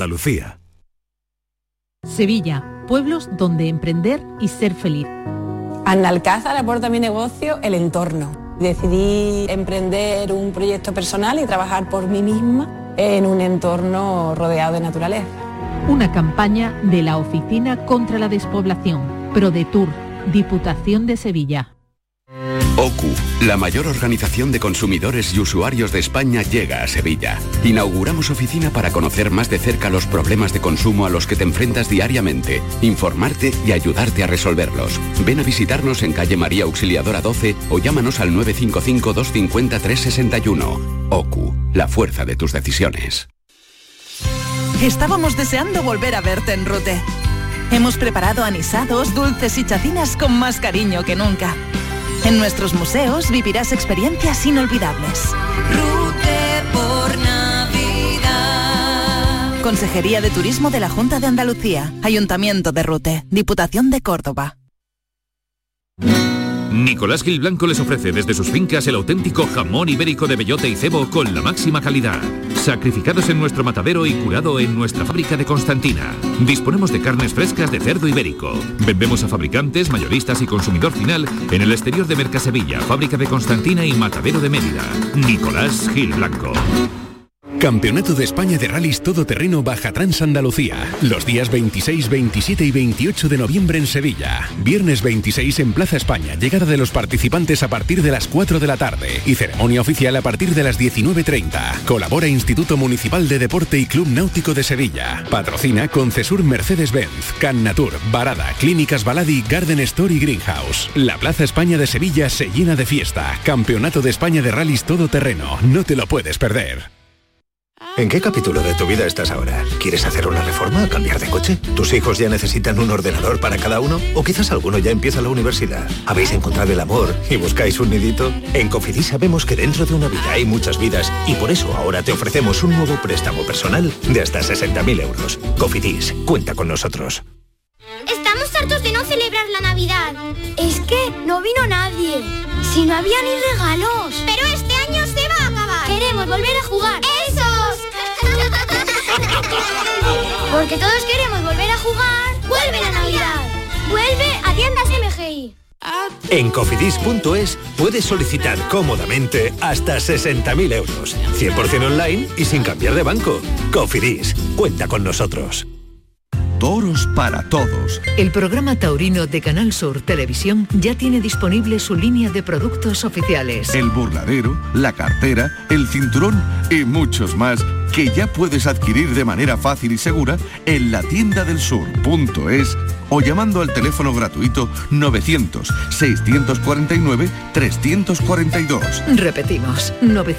Andalucía. Sevilla, pueblos donde emprender y ser feliz. Analcázar aporta a mi negocio el entorno. Decidí emprender un proyecto personal y trabajar por mí misma en un entorno rodeado de naturaleza. Una campaña de la Oficina contra la Despoblación, ProDetour, Diputación de Sevilla. OCU, la mayor organización de consumidores y usuarios de España, llega a Sevilla. Inauguramos oficina para conocer más de cerca los problemas de consumo a los que te enfrentas diariamente, informarte y ayudarte a resolverlos. Ven a visitarnos en calle María Auxiliadora 12 o llámanos al 955 250 361. OCU, la fuerza de tus decisiones. Estábamos deseando volver a verte en Rute. Hemos preparado anisados, dulces y chacinas con más cariño que nunca. En nuestros museos vivirás experiencias inolvidables. Rute por Navidad. Consejería de Turismo de la Junta de Andalucía, Ayuntamiento de Rute, Diputación de Córdoba. Nicolás Gil Blanco les ofrece desde sus fincas el auténtico jamón ibérico de bellota y cebo con la máxima calidad. Sacrificados en nuestro matadero y curado en nuestra fábrica de Constantina. Disponemos de carnes frescas de cerdo ibérico. Vendemos a fabricantes, mayoristas y consumidor final en el exterior de Mercasevilla, fábrica de Constantina y matadero de Mérida. Nicolás Gil Blanco. Campeonato de España de Rallys Todoterreno Baja Trans Andalucía. Los días 26, 27 y 28 de noviembre en Sevilla. Viernes 26 en Plaza España. Llegada de los participantes a partir de las 4 de la tarde. Y ceremonia oficial a partir de las 19:30. Colabora Instituto Municipal de Deporte y Club Náutico de Sevilla. Patrocina Concesur Mercedes-Benz, Cannatur, Barada, Clínicas Baladi, Garden Store y Greenhouse. La Plaza España de Sevilla se llena de fiesta. Campeonato de España de Rallys Todoterreno. No te lo puedes perder. ¿En qué capítulo de tu vida estás ahora? ¿Quieres hacer una reforma o cambiar de coche? ¿Tus hijos ya necesitan un ordenador para cada uno? ¿O quizás alguno ya empieza la universidad? ¿Habéis encontrado el amor y buscáis un nidito? En Cofidis sabemos que dentro de una vida hay muchas vidas y por eso ahora te ofrecemos un nuevo préstamo personal de hasta 60.000 euros. Cofidis, cuenta con nosotros. Estamos hartos de no celebrar la Navidad. Es que no vino nadie. Si no había ni regalos. Pero este año se va a acabar. Queremos volver a jugar. ¡Esos! Porque todos queremos volver a jugar. ¡Vuelve la Navidad! ¡Vuelve a tiendas MGI! En cofidis.es puedes solicitar cómodamente hasta 60.000 euros. 100% online y sin cambiar de banco. Cofidis, cuenta con nosotros. Toros para todos. El programa taurino de Canal Sur Televisión ya tiene disponible su línea de productos oficiales. El burladero, la cartera, el cinturón y muchos más que ya puedes adquirir de manera fácil y segura en latiendadelsur.es o llamando al teléfono gratuito 900-649-342. Repetimos,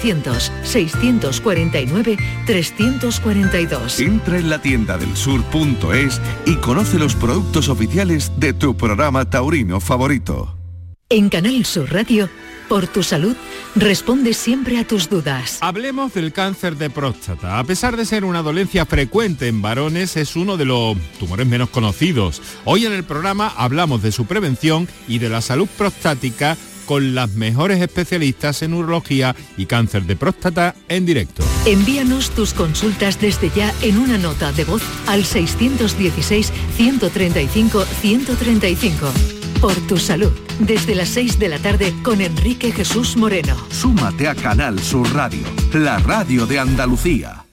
900-649-342. Entra en latiendadelsur.es y conoce los productos oficiales de tu programa taurino favorito. En Canal Sur Radio, por tu salud, responde siempre a tus dudas. Hablemos del cáncer de próstata. A pesar de ser una dolencia frecuente en varones, es uno de los tumores menos conocidos. Hoy en el programa hablamos de su prevención y de la salud prostática con las mejores especialistas en urología y cáncer de próstata en directo. Envíanos tus consultas desde ya en una nota de voz al 616-135-135. Por tu salud, desde las 6 de la tarde con Enrique Jesús Moreno. Súmate a Canal Sur Radio, la radio de Andalucía.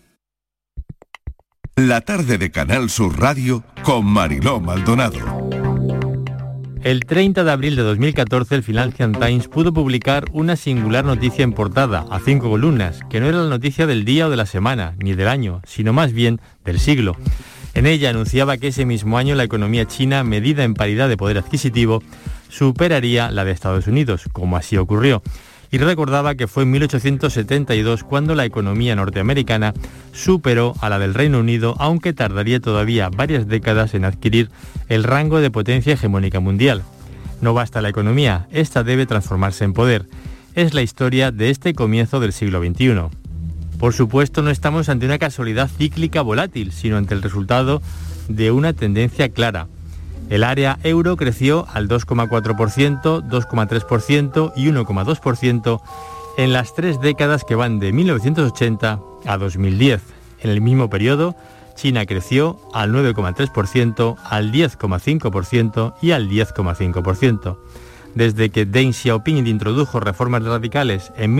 La tarde de Canal Sur Radio con Mariló Maldonado. El 30 de abril de 2014 el Financial Times pudo publicar una singular noticia en portada, a 5 columnas, que no era la noticia del día o de la semana, ni del año, sino más bien del siglo. En ella anunciaba que ese mismo año la economía china, medida en paridad de poder adquisitivo, superaría la de Estados Unidos, como así ocurrió. Y recordaba que fue en 1872 cuando la economía norteamericana superó a la del Reino Unido, aunque tardaría todavía varias décadas en adquirir el rango de potencia hegemónica mundial. No basta la economía, esta debe transformarse en poder. Es la historia de este comienzo del siglo XXI. Por supuesto, no estamos ante una casualidad cíclica volátil, sino ante el resultado de una tendencia clara. El área euro creció al 2,4%, 2,3% y 1,2% en las 3 décadas que van de 1980 a 2010. En el mismo periodo, China creció al 9,3%, al 10,5% y al 10,5%. Desde que Deng Xiaoping introdujo reformas radicales en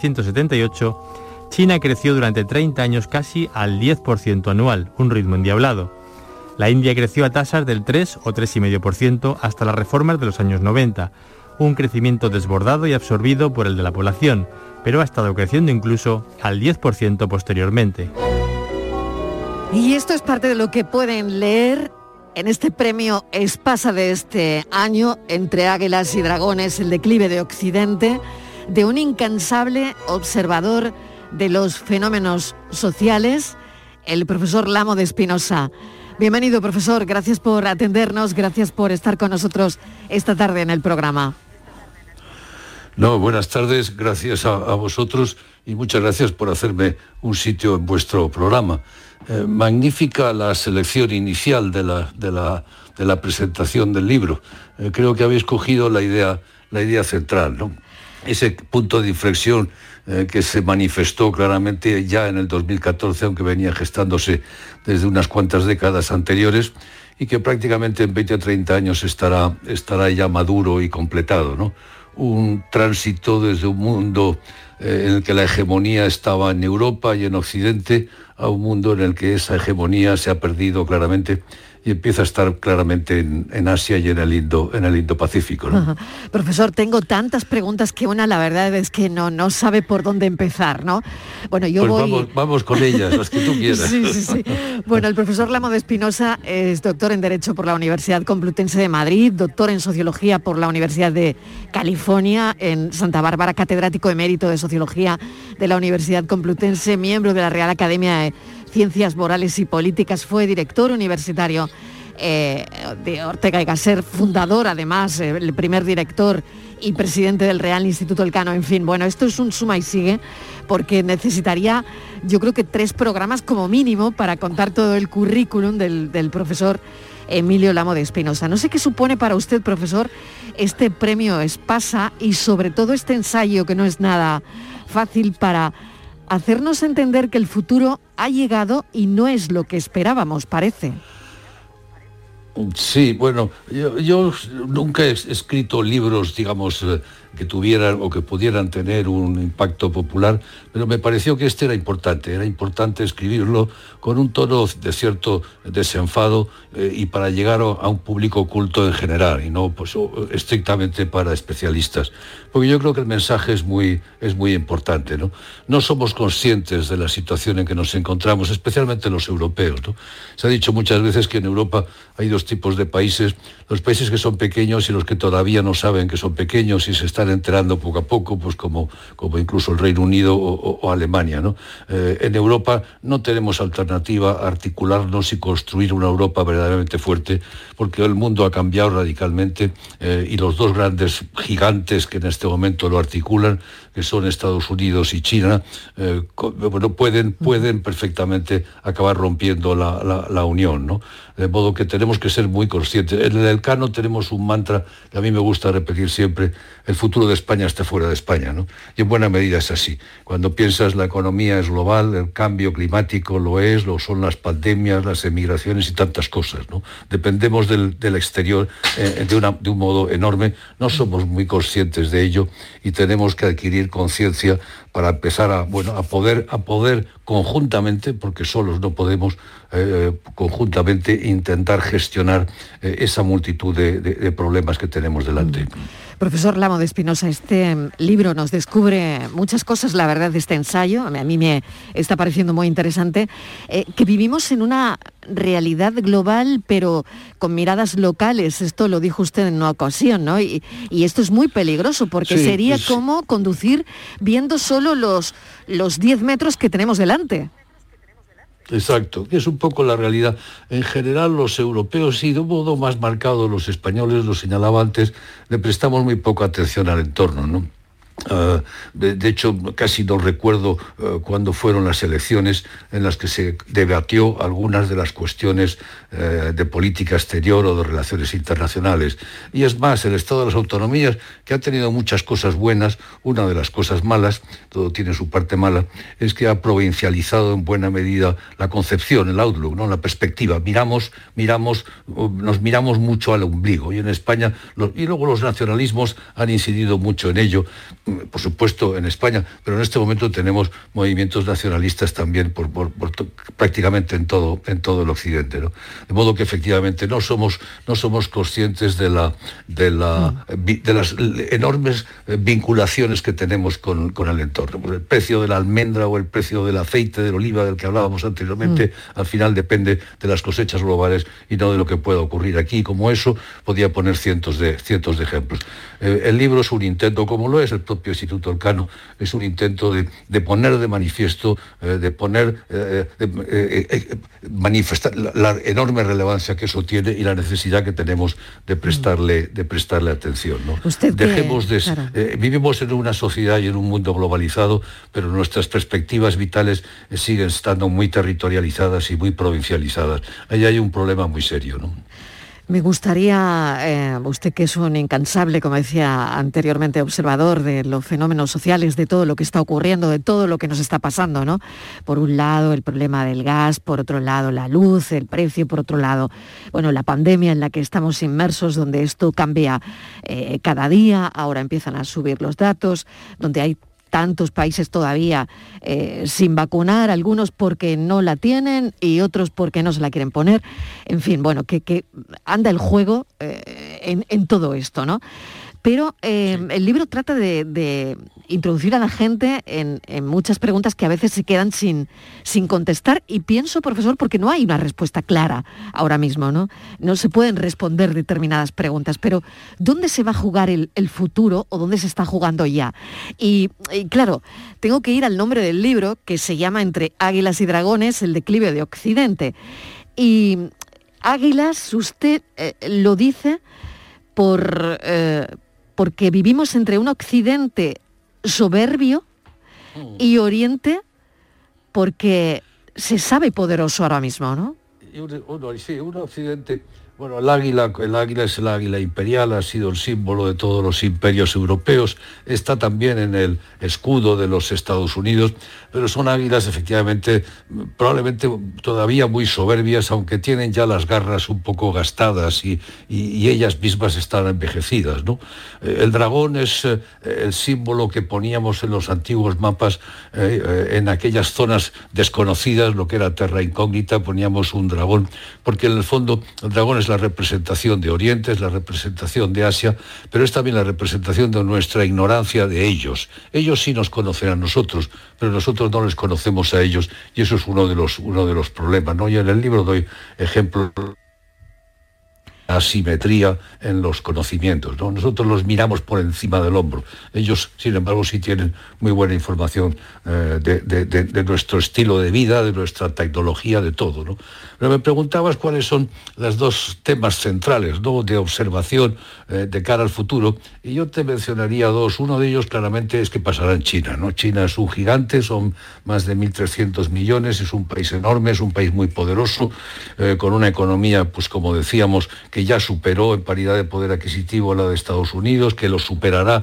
1978, China creció durante 30 años casi al 10% anual, un ritmo endiablado. La India creció a tasas del 3 o 3,5% hasta las reformas de los años 90, un crecimiento desbordado y absorbido por el de la población, pero ha estado creciendo incluso al 10% posteriormente. Y esto es parte de lo que pueden leer en este premio Espasa de este año, Entre águilas y dragones, el declive de Occidente, de un incansable observador de los fenómenos sociales, el profesor Lamo de Espinosa. Bienvenido, profesor, gracias por atendernos, gracias por estar con nosotros esta tarde en el programa. No, buenas tardes, gracias a vosotros y muchas gracias por hacerme un sitio en vuestro programa. Magnífica la selección inicial de la presentación del libro. Creo que habéis cogido la idea central, ¿no? Ese punto de inflexión que se manifestó claramente ya en el 2014, aunque venía gestándose desde unas cuantas décadas anteriores, y que prácticamente en 20 o 30 años estará ya maduro y completado, ¿no? Un tránsito desde un mundo en el que la hegemonía estaba en Europa y en Occidente a un mundo en el que esa hegemonía se ha perdido claramente y empieza a estar claramente en Asia y en el Indo-Pacífico, ¿no? Profesor, tengo tantas preguntas que una, la verdad es que no sabe por dónde empezar, ¿no? Bueno, vamos con ellas, las que tú quieras. Sí. Bueno, el profesor Lamo de Espinosa es doctor en Derecho por la Universidad Complutense de Madrid, doctor en Sociología por la Universidad de California en Santa Bárbara, catedrático emérito de Sociología de la Universidad Complutense, miembro de la Real Academia de Ciencias Morales y Políticas, fue director universitario de Ortega y Gasset, fundador además, el primer director y presidente del Real Instituto Elcano. En fin, bueno, esto es un suma y sigue, porque necesitaría, yo creo que 3 programas como mínimo para contar todo el currículum del profesor Emilio Lamo de Espinosa. No sé qué supone para usted, profesor, este premio Espasa y sobre todo este ensayo que no es nada fácil para hacernos entender que el futuro ha llegado y no es lo que esperábamos, parece. Sí, bueno, yo nunca he escrito libros, digamos, que tuvieran o que pudieran tener un impacto popular, pero me pareció que este era importante escribirlo con un tono de cierto desenfado y para llegar a un público culto en general y no pues estrictamente para especialistas, porque yo creo que el mensaje es muy importante, ¿no? No somos conscientes de la situación en que nos encontramos, especialmente los europeos, ¿no? Se ha dicho muchas veces que en Europa hay 2 tipos de países, los países que son pequeños y los que todavía no saben que son pequeños y se están enterando poco a poco, pues como incluso el Reino Unido o Alemania, ¿no? En Europa no tenemos alternativa a articularnos y construir una Europa verdaderamente fuerte, porque el mundo ha cambiado radicalmente y los 2 grandes gigantes que en este momento lo articulan, que son Estados Unidos y China, pueden perfectamente acabar rompiendo la unión, ¿no? De modo que tenemos que ser muy conscientes. En el Elcano tenemos un mantra que a mí me gusta repetir siempre: el futuro de España está fuera de España, ¿no? Y en buena medida es así. Cuando piensas la economía es global, el cambio climático lo son las pandemias, las emigraciones y tantas cosas, ¿no? Dependemos del exterior de un modo enorme, no somos muy conscientes de ello y tenemos que adquirir conciencia para empezar a poder conjuntamente, porque solos no podemos, conjuntamente intentar gestionar esa multitud de problemas que tenemos delante. Profesor Lamo de Espinosa, este libro nos descubre muchas cosas, la verdad, de este ensayo. A mí me está pareciendo muy interesante, que vivimos en una realidad global, pero con miradas locales. Esto lo dijo usted en una ocasión, ¿no? Y esto es muy peligroso, porque sería como conducir viendo solo los 10 metros que tenemos delante. Exacto, que es un poco la realidad. En general los europeos y de un modo más marcado los españoles, lo señalaba antes, le prestamos muy poca atención al entorno, ¿no? De hecho, casi no recuerdo cuándo fueron las elecciones en las que se debatió algunas de las cuestiones de política exterior o de relaciones internacionales. Y es más, el Estado de las Autonomías, que ha tenido muchas cosas buenas, una de las cosas malas, todo tiene su parte mala, es que ha provincializado en buena medida la concepción, el outlook, ¿no? La perspectiva. Nos miramos mucho al ombligo. Y en España, y luego los nacionalismos han incidido mucho en ello, por supuesto en España, pero en este momento tenemos movimientos nacionalistas también prácticamente en todo el occidente, ¿no? De modo que efectivamente no somos conscientes de las enormes vinculaciones que tenemos con el entorno. El precio de la almendra o el precio del aceite, del oliva del que hablábamos anteriormente, al final depende de las cosechas globales y no de lo que pueda ocurrir aquí. Como eso, podía poner cientos de ejemplos. El libro es un intento, como lo es el propio Instituto Elcano, es un intento de poner de manifiesto, manifestar la enorme relevancia que eso tiene y la necesidad que tenemos de prestarle atención, ¿no? Vivimos en una sociedad y en un mundo globalizado, pero nuestras perspectivas vitales siguen estando muy territorializadas y muy provincializadas. Ahí hay un problema muy serio, ¿no? Me gustaría, usted que es un incansable, como decía anteriormente, observador de los fenómenos sociales, de todo lo que está ocurriendo, de todo lo que nos está pasando, ¿no? Por un lado el problema del gas, por otro lado la luz, el precio, por otro lado, bueno, la pandemia en la que estamos inmersos, donde esto cambia cada día, ahora empiezan a subir los datos, donde hay tantos países todavía sin vacunar, algunos porque no la tienen y otros porque no se la quieren poner. En fin, bueno, que anda el juego en todo esto, ¿no? Pero el libro trata de introducir a la gente en muchas preguntas que a veces se quedan sin contestar, y pienso, profesor, porque no hay una respuesta clara ahora mismo, ¿no? No se pueden responder determinadas preguntas, pero ¿dónde se va a jugar el futuro o dónde se está jugando ya? Y claro, tengo que ir al nombre del libro, que se llama Entre águilas y dragones, el declive de Occidente. Y águilas, usted lo dice porque vivimos entre un Occidente soberbio y Oriente porque se sabe poderoso ahora mismo, ¿no? Un Occidente... Bueno, el águila es el águila imperial, ha sido el símbolo de todos los imperios europeos, está también en el escudo de los Estados Unidos, pero son águilas efectivamente probablemente todavía muy soberbias, aunque tienen ya las garras un poco gastadas y ellas mismas están envejecidas, ¿no? El dragón es el símbolo que poníamos en los antiguos mapas, en aquellas zonas desconocidas, lo que era terra incógnita, poníamos un dragón, porque en el fondo el dragón es la representación de Oriente, es la representación de Asia, pero es también la representación de nuestra ignorancia de ellos. Ellos sí nos conocen a nosotros, pero nosotros no les conocemos a ellos, y eso es uno de los problemas, ¿no? Y en el libro doy ejemplos de asimetría en los conocimientos, ¿no? Nosotros los miramos por encima del hombro. Ellos, sin embargo, sí tienen muy buena información de nuestro estilo de vida, de nuestra tecnología, de todo, ¿no? Pero me preguntabas cuáles son los dos temas centrales, ¿no?, de observación de cara al futuro, y yo te mencionaría dos. Uno de ellos claramente es que pasará en China, ¿no? China es un gigante, son más de 1.300 millones, es un país enorme, es un país muy poderoso, con una economía, pues como decíamos, que ya superó en paridad de poder adquisitivo a la de Estados Unidos, que lo superará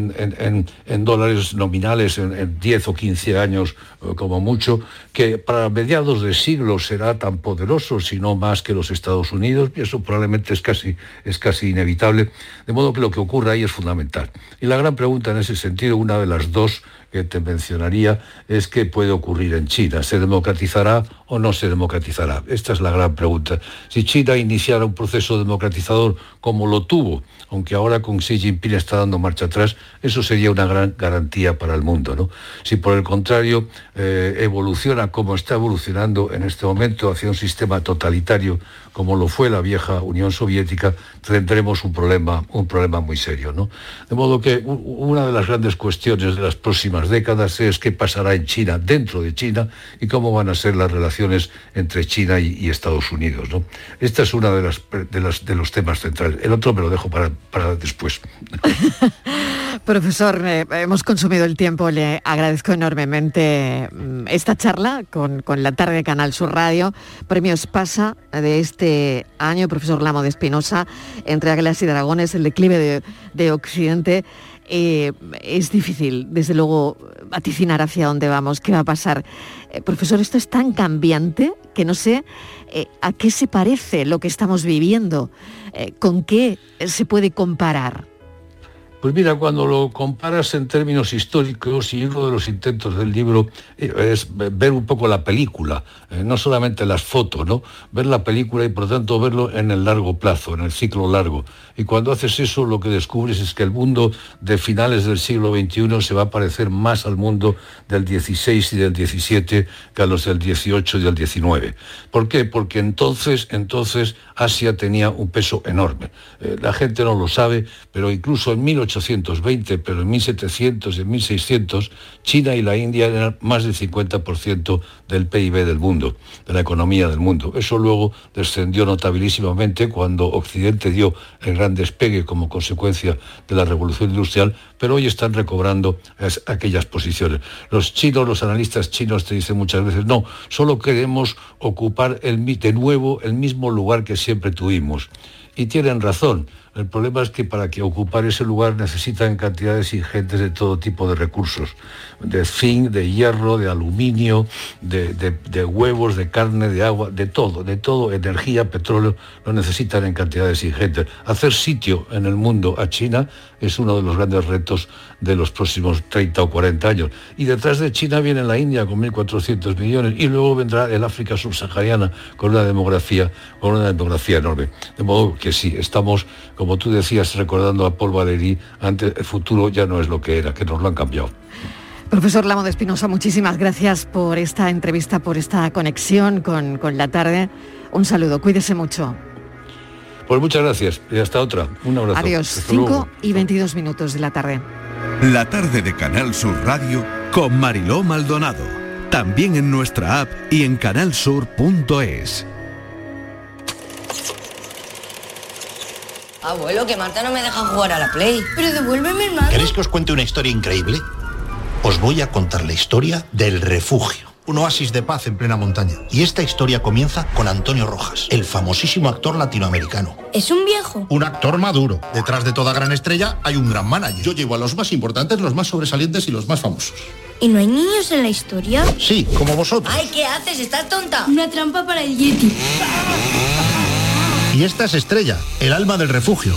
en dólares nominales en 10 o 15 años como mucho, que para mediados de siglo será tan poderoso, si no más, que los Estados Unidos, y eso probablemente es casi inevitable, de modo que lo que ocurre ahí es fundamental. Y la gran pregunta en ese sentido, una de las dos que te mencionaría, es qué puede ocurrir en China. ¿Se democratizará o no se democratizará? Esta es la gran pregunta. Si China iniciara un proceso democratizador como lo tuvo, aunque ahora con Xi Jinping está dando marcha atrás, eso sería una gran garantía para el mundo, ¿no? Si por el contrario evoluciona como está evolucionando en este momento hacia un sistema totalitario como lo fue la vieja Unión Soviética, tendremos un problema muy serio, ¿no? De modo que una de las grandes cuestiones de las próximas décadas es qué pasará en China, dentro de China, y cómo van a ser las relaciones relaciones entre China y Estados Unidos, ¿no? Esta es una de los temas centrales. El otro me lo dejo para después. Profesor, hemos consumido el tiempo, le agradezco enormemente esta charla con la tarde de Canal Sur Radio. Premio Espasa de este año, profesor Lamo de Espinosa, entre Águilas y Dragones, el declive de Occidente. Es difícil, desde luego, vaticinar hacia dónde vamos, qué va a pasar. Profesor, esto es tan cambiante que no sé a qué se parece lo que estamos viviendo, con qué se puede comparar. Pues mira, cuando lo comparas en términos históricos, y uno de los intentos del libro es ver un poco la película, no solamente las fotos, ¿no? Ver la película y por tanto verlo en el largo plazo, en el ciclo largo. Y cuando haces eso, lo que descubres es que el mundo de finales del siglo XXI se va a parecer más al mundo del XVI y del XVII que a los del XVIII y del XIX. ¿Por qué? Porque entonces Asia tenía un peso enorme. La gente no lo sabe, pero incluso en 1820, pero en 1700 y en 1600, China y la India eran más del 50% del PIB del mundo, de la economía del mundo. Eso luego descendió notabilísimamente cuando Occidente dio el gran despegue como consecuencia de la revolución industrial, pero hoy están recobrando aquellas posiciones. Los chinos, los analistas chinos te dicen muchas veces, no, solo queremos ocupar de nuevo el mismo lugar que siempre tuvimos. Y tienen razón. El problema es que para que ocupar ese lugar necesitan cantidades ingentes de todo tipo de recursos, de zinc, de hierro, de aluminio, de huevos, de carne, de agua, de todo, energía, petróleo, lo necesitan en cantidades ingentes. Hacer sitio en el mundo a China es uno de los grandes retos de los próximos 30 o 40 años. Y detrás de China viene la India con 1.400 millones y luego vendrá el África subsahariana con una demografía enorme. De modo que sí, estamos, como tú decías, recordando a Paul Valéry, antes el futuro ya no es lo que era, que nos lo han cambiado. Profesor Lamo de Espinosa, muchísimas gracias por esta entrevista, por esta conexión con la tarde. Un saludo, cuídese mucho. Pues muchas gracias y hasta otra. Un abrazo. Adiós, 5:22 de la tarde. La tarde de Canal Sur Radio con Mariló Maldonado. También en nuestra app y en canalsur.es. Abuelo, que Marta no me deja jugar a la Play. Pero devuélveme el mando. ¿Queréis que os cuente una historia increíble? Os voy a contar la historia del Refugio, un oasis de paz en plena montaña. Y esta historia comienza con Antonio Rojas, el famosísimo actor latinoamericano. ¿Es un viejo? Un actor maduro. Detrás de toda gran estrella hay un gran manager. Yo llevo a los más importantes, los más sobresalientes y los más famosos. ¿Y no hay niños en la historia? Sí, como vosotros. Ay, ¿qué haces? ¿Estás tonta? Una trampa para el Yeti. Y esta es Estrella, el alma del refugio.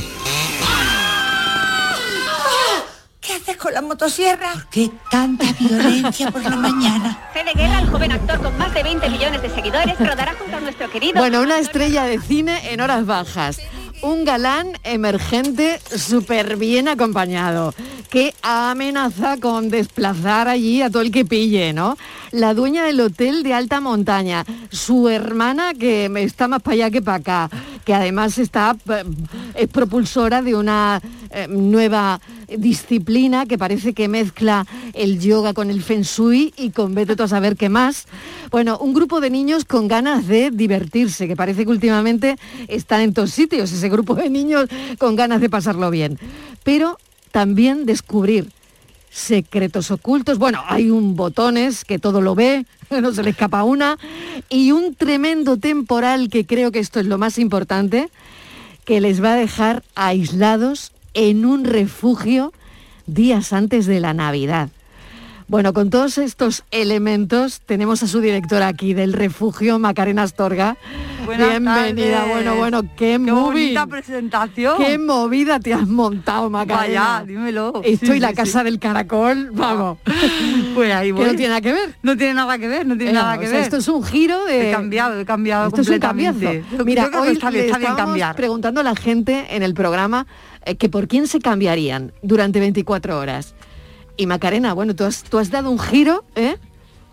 ¿Qué haces con la motosierra? ¿Por qué tanta violencia por la mañana? Fede Guerra, el joven actor con más de 20 millones de seguidores, rodará junto a nuestro querido... Bueno, una estrella de cine en horas bajas. Un galán emergente súper bien acompañado, que amenaza con desplazar allí a todo el que pille, ¿no? La dueña del hotel de alta montaña, su hermana que está más para allá que para acá, que además es propulsora de una nueva disciplina que parece que mezcla el yoga con el feng shui y con vete tú a saber qué más. Bueno, un grupo de niños con ganas de divertirse, que parece que últimamente están en todos sitios, ese grupo de niños con ganas de pasarlo bien. Pero también descubrir secretos ocultos. Bueno, hay un Botones que todo lo ve, no se le escapa una, y un tremendo temporal, que creo que esto es lo más importante, que les va a dejar aislados en un refugio días antes de la Navidad. Bueno, con todos estos elementos tenemos a su directora aquí del refugio, Macarena Astorga. Buenas Bienvenida. Tardes. Bueno, qué bonita presentación. Qué movida te has montado, Macarena. Vaya, dímelo. Esto y la casa del caracol, vamos. Pues ahí voy. Que no tiene nada que ver. No tiene nada que ver, no tiene nada que ver. Esto es un giro de... He cambiado esto completamente. Es un cambiazo. Mira, hoy está bien estábamos cambiar. preguntando a la gente en el programa que por quién se cambiarían durante 24 horas. Y Macarena, bueno, tú has dado un giro, ¿eh?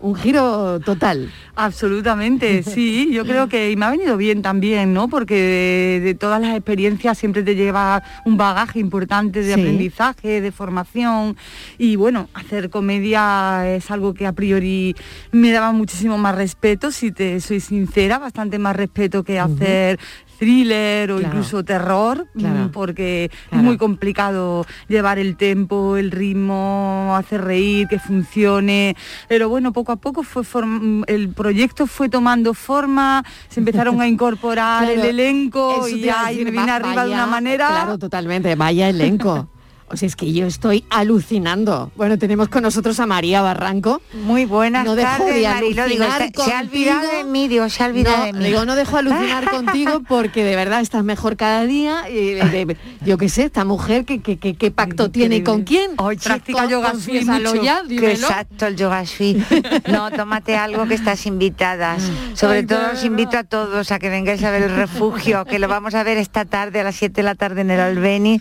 un giro total. Absolutamente, sí, yo creo que y me ha venido bien también, ¿no? Porque de todas las experiencias siempre te lleva un bagaje importante de aprendizaje, de formación, y bueno, hacer comedia es algo que a priori me daba muchísimo más respeto, si te soy sincera, bastante más respeto que hacer thriller o incluso terror, porque es muy complicado llevar el tempo, el ritmo, hacer reír, que funcione, pero bueno, poco a poco el proyecto fue tomando forma, se empezaron a incorporar el elenco y ya me vine arriba de una manera. Claro, totalmente, vaya elenco. O sea, es que yo estoy alucinando. Bueno, tenemos con nosotros a María Barranco. Muy buenas no dejo tardes, de Marilo. Digo, se ha olvidado de mí, se ha olvidado de mí. Digo, no dejo alucinar contigo porque de verdad estás mejor cada día. Yo qué sé, esta mujer, ¿qué pacto tiene y con quién? Hoy practica yoga sui mucho. Exacto, el yoga sui. No, tómate algo que estás invitada. Sobre todo os invito a todos a que vengáis a ver El Refugio, que lo vamos a ver esta tarde a las 7 de la tarde en el Albéniz.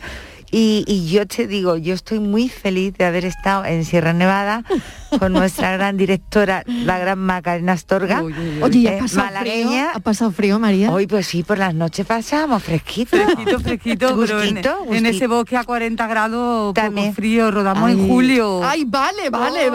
Y yo te digo, yo estoy muy feliz de haber estado en Sierra Nevada con nuestra gran directora, la gran Macarena Astorga. Oye, malagueña. ¿Ha pasado frío, María? Hoy pues sí, por las noches pasábamos fresquito. Fresquito, pero en ese bosque a 40 grados, poco frío, rodamos en julio. Ay, vale.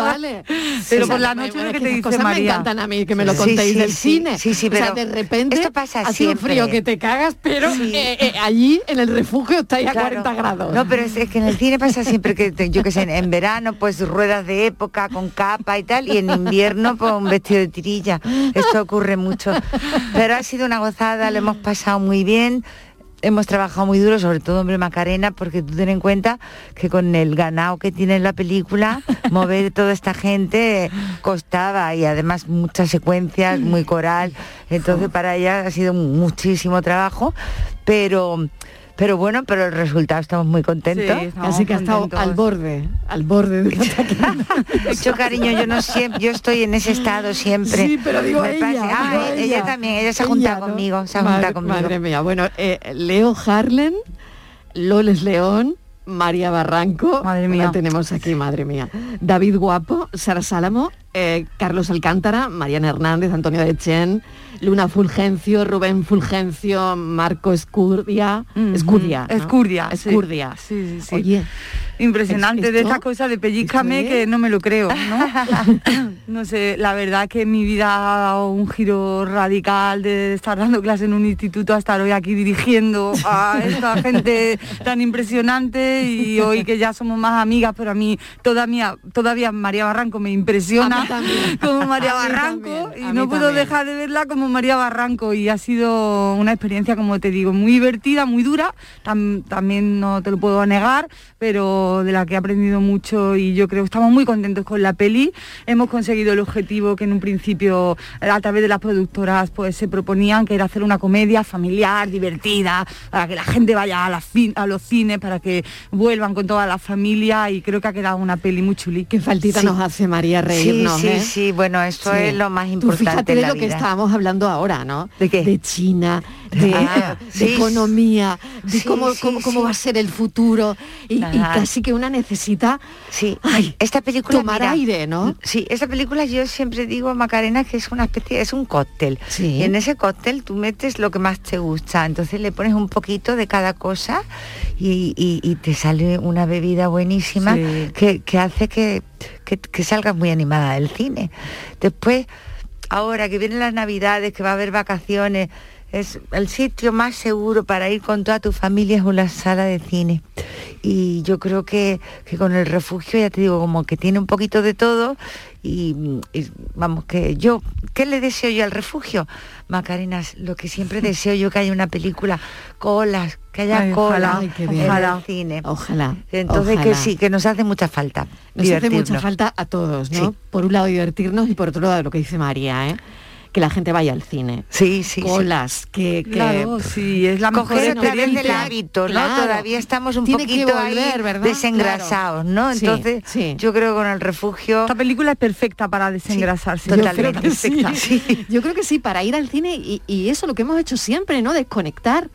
Pero por la noche lo que te dice cosas María. Me encantan a mí, que me lo contéis del cine. Sí, pero o sea, de repente esto pasa ha sido siempre. Frío que te cagas, pero allí en el refugio estáis a 40 grados. No, pero es que en el cine pasa siempre que, yo que sé, en verano pues ruedas de época con capa y tal, y en invierno pues un vestido de tirilla. Esto ocurre mucho. Pero ha sido una gozada, lo hemos pasado muy bien. Hemos trabajado muy duro, sobre todo, hombre, Macarena, porque tú ten en cuenta que con el ganado que tiene la película, mover toda esta gente costaba, y además muchas secuencias, muy coral. Entonces para ella ha sido muchísimo trabajo, pero bueno, pero el resultado estamos muy contentos. Sí, así que ha estado al borde de un ataque. Yo, cariño, yo estoy en ese estado siempre. Sí, pero digo ella también, ella se ha juntado conmigo, Madre mía, bueno, Leo Harlen, Loles León, María Barranco, madre mía, la tenemos aquí, madre mía. David Guapo, Sara Sálamo, Carlos Alcántara, Mariana Hernández, Antonio de Chen, Luna Fulgencio, Rubén Fulgencio, Marco Escurdia. Sí. Oye, impresionante de esta cosa de pellízcame que no me lo creo, ¿no? No sé, la verdad que mi vida ha dado un giro radical de estar dando clases en un instituto a estar hoy aquí dirigiendo a esta gente tan impresionante, y hoy que ya somos más amigas, pero a mí todavía María Barranco me impresiona como María Barranco, y no puedo dejar de verla como María Barranco, y ha sido una experiencia, como te digo, muy divertida, muy dura, también no te lo puedo negar, pero de la que he aprendido mucho, y yo creo que estamos muy contentos con la peli. Hemos conseguido el objetivo que en un principio a través de las productoras pues se proponían, que era hacer una comedia familiar, divertida, para que la gente vaya a los cines, para que vuelvan con toda la familia, y creo que ha quedado una peli muy chuli. Qué faltita nos hace, María, reírnos. Sí, bueno, eso es lo más importante. Tú fíjate en de la lo vida. que estábamos hablando ahora, ¿no? ¿De qué? De China, de economía, de cómo va a ser el futuro, y casi que una necesita esta película, tomar aire, ¿no? Sí, esta película yo siempre digo, Macarena, que es una especie, es un cóctel. Y en ese cóctel tú metes lo que más te gusta, entonces le pones un poquito de cada cosa y te sale una bebida buenísima que hace que salgas muy animada del cine. Después, ahora que vienen las Navidades, que va a haber vacaciones, es el sitio más seguro para ir con toda tu familia, es una sala de cine. Y yo creo que con El Refugio, ya te digo, como que tiene un poquito de todo, y vamos, que yo, ¿qué le deseo yo al Refugio? Macarena, lo que siempre deseo yo, que haya una película, colas, que haya cola en el cine. Ojalá. Entonces que sí, que nos hace mucha falta. Nos hace mucha falta a todos, ¿no? Sí. Por un lado divertirnos, y por otro lado lo que dice María, que la gente vaya al cine. Sí, sí. Colas, Claro, sí, es la mejor coger otra vez experiencia. el hábito, ¿no? Claro. Todavía estamos un Tiene poquito que volver, ahí ¿verdad? desengrasados, Claro. ¿no? Sí, Entonces, sí. yo creo que con el refugio... Esta película es perfecta para desengrasarse. Sí, Yo totalmente. creo que sí. Sí. Yo creo que sí, para ir al cine y eso, lo que hemos hecho siempre, ¿no? Desconectar,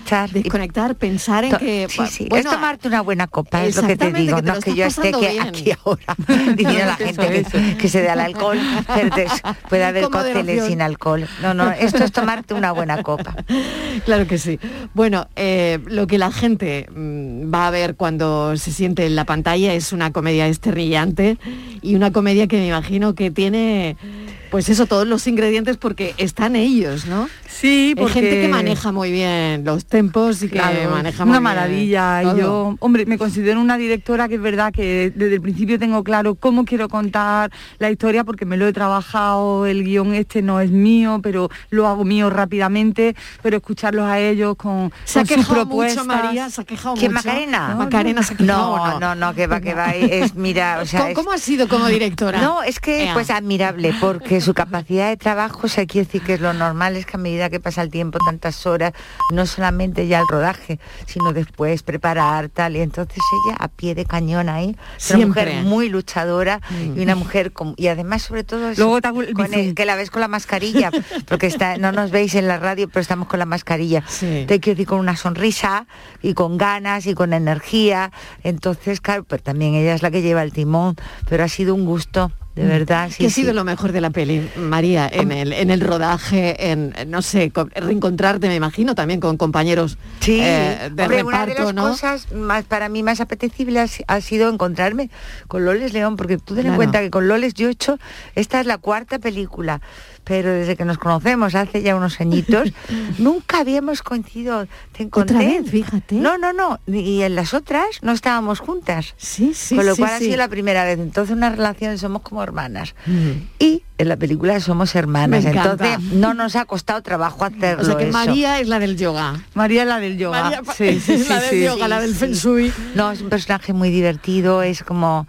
pensar en que... Sí, sí. bueno, es tomarte una buena copa, es lo que te exactamente, digo, que te no lo es que yo estás esté pasando bien. aquí ahora diciendo a la gente que se dé al alcohol, pero puede haber Con cócteles moderación. sin alcohol. No, esto es tomarte una buena copa. Claro que sí. Bueno, lo que la gente va a ver cuando se siente en la pantalla es una comedia esternillante y una comedia que me imagino que tiene, pues eso, todos los ingredientes porque están ellos, ¿no? Sí, porque... Hay gente que maneja muy bien los tempos y que maneja muy una bien maravilla. todo. Y yo, hombre, me considero una directora que es verdad que desde el principio tengo claro cómo quiero contar la historia porque me lo he trabajado, el guión este no es mío, pero lo hago mío rápidamente, pero escucharlos a ellos con Se ha sus quejado propuestas. mucho, María, se ha quejado ¿Quién, mucho. Macarena? ¿No? Macarena se ha quejado. No, que va, es, mira, o sea... ¿Cómo ha sido como directora? No, es que, pues admirable, porque su capacidad de trabajo, o sea, quiere decir que es lo normal, es que a medida que pasa el tiempo, tantas horas, no solamente ya el rodaje, sino después preparar, tal, y entonces ella a pie de cañón ahí, es una Siempre. mujer muy luchadora y una mujer, y además sobre todo eso, Luego que la ves con la mascarilla, porque no nos veis en la radio, pero estamos con la mascarilla, te quiero decir, con una sonrisa y con ganas y con energía, entonces claro, pero también ella es la que lleva el timón, pero ha sido un gusto. De verdad, sí. ¿Qué ha sido lo mejor de la peli, María, en el rodaje, no sé, reencontrarte, me imagino, también con compañeros de hombre, reparto, una de las ¿no? cosas para mí más apetecibles ha sido encontrarme con Loles León, porque tú ten en cuenta que con Loles yo he hecho, esta es la 4ª película, pero desde que nos conocemos hace ya unos añitos, nunca habíamos coincidido. ¿Te encontré? Otra vez, fíjate. No, y en las otras no estábamos juntas. Sí. Con lo cual ha sido la primera vez. Entonces una relación, somos como hermanas. Y en la película somos hermanas. Me encanta. Entonces no nos ha costado trabajo hacerlo. O sea que eso. María es la del yoga. María es la del yoga. María es la del yoga, la del feng shui. No, es un personaje muy divertido, es como...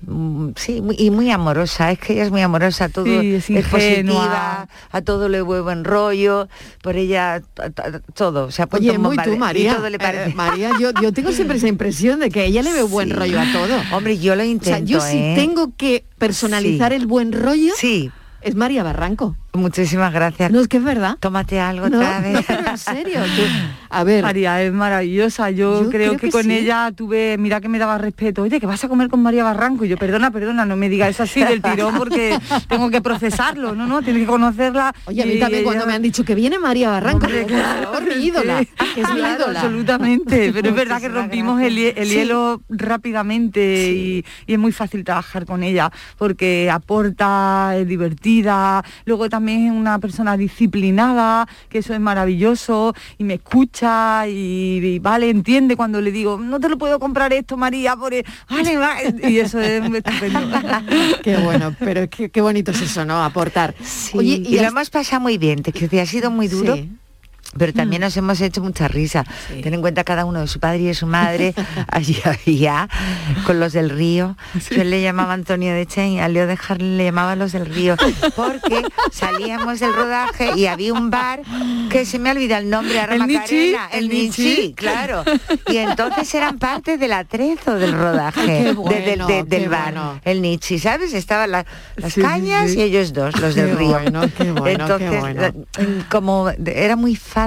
Sí, y muy amorosa, es que ella es muy amorosa, todo es positiva, a todo le huevo en rollo, por ella todo, se apunta Oye, un muy tú, bombardeo, María. y todo le parece. María, yo tengo siempre esa impresión de que ella le ve buen rollo a todo. Hombre, yo lo intento, O sea, yo si tengo que personalizar el buen rollo, es María Barranco. Muchísimas gracias. No, es que es verdad. Tómate algo otra vez. No, pero en serio. A ver. María es maravillosa. Yo creo que con sí. ella tuve, mira que me daba respeto. Oye, que vas a comer con María Barranco. Y yo, perdona, no me digas eso así del tirón porque tengo que procesarlo, ¿no? Tienes que conocerla. Oye, a mí también cuando me han dicho que viene María Barranco, claro, es mi ídola. Que es mi ídola. Absolutamente. Pero es verdad que rompimos el hielo rápidamente y es muy fácil trabajar con ella porque aporta, es divertida. Luego también es una persona disciplinada, que eso es maravilloso, y me escucha y vale, entiende cuando le digo, no te lo puedo comprar esto, María, vale, y eso es estupendo. Qué bueno, pero qué bonito es eso, ¿no? Aportar. Sí, Oye, y lo hemos pasado muy bien, te quiero decir, ha sido muy duro. Sí. Pero también nos hemos hecho mucha risa. Ten en cuenta cada uno de su padre y de su madre. Allí había con los del Río. Yo le llamaba Antonio de Chen y a Leo de Harlem le llamaba los del Río. Porque salíamos del rodaje y había un bar que se me olvida el nombre, ahora Macarena, el Nichi, claro. Y entonces eran parte del atrezo del rodaje, del bar. Bueno. El Nichi, ¿sabes? Estaban las cañas y ellos dos, los del Río. Entonces, como era muy fácil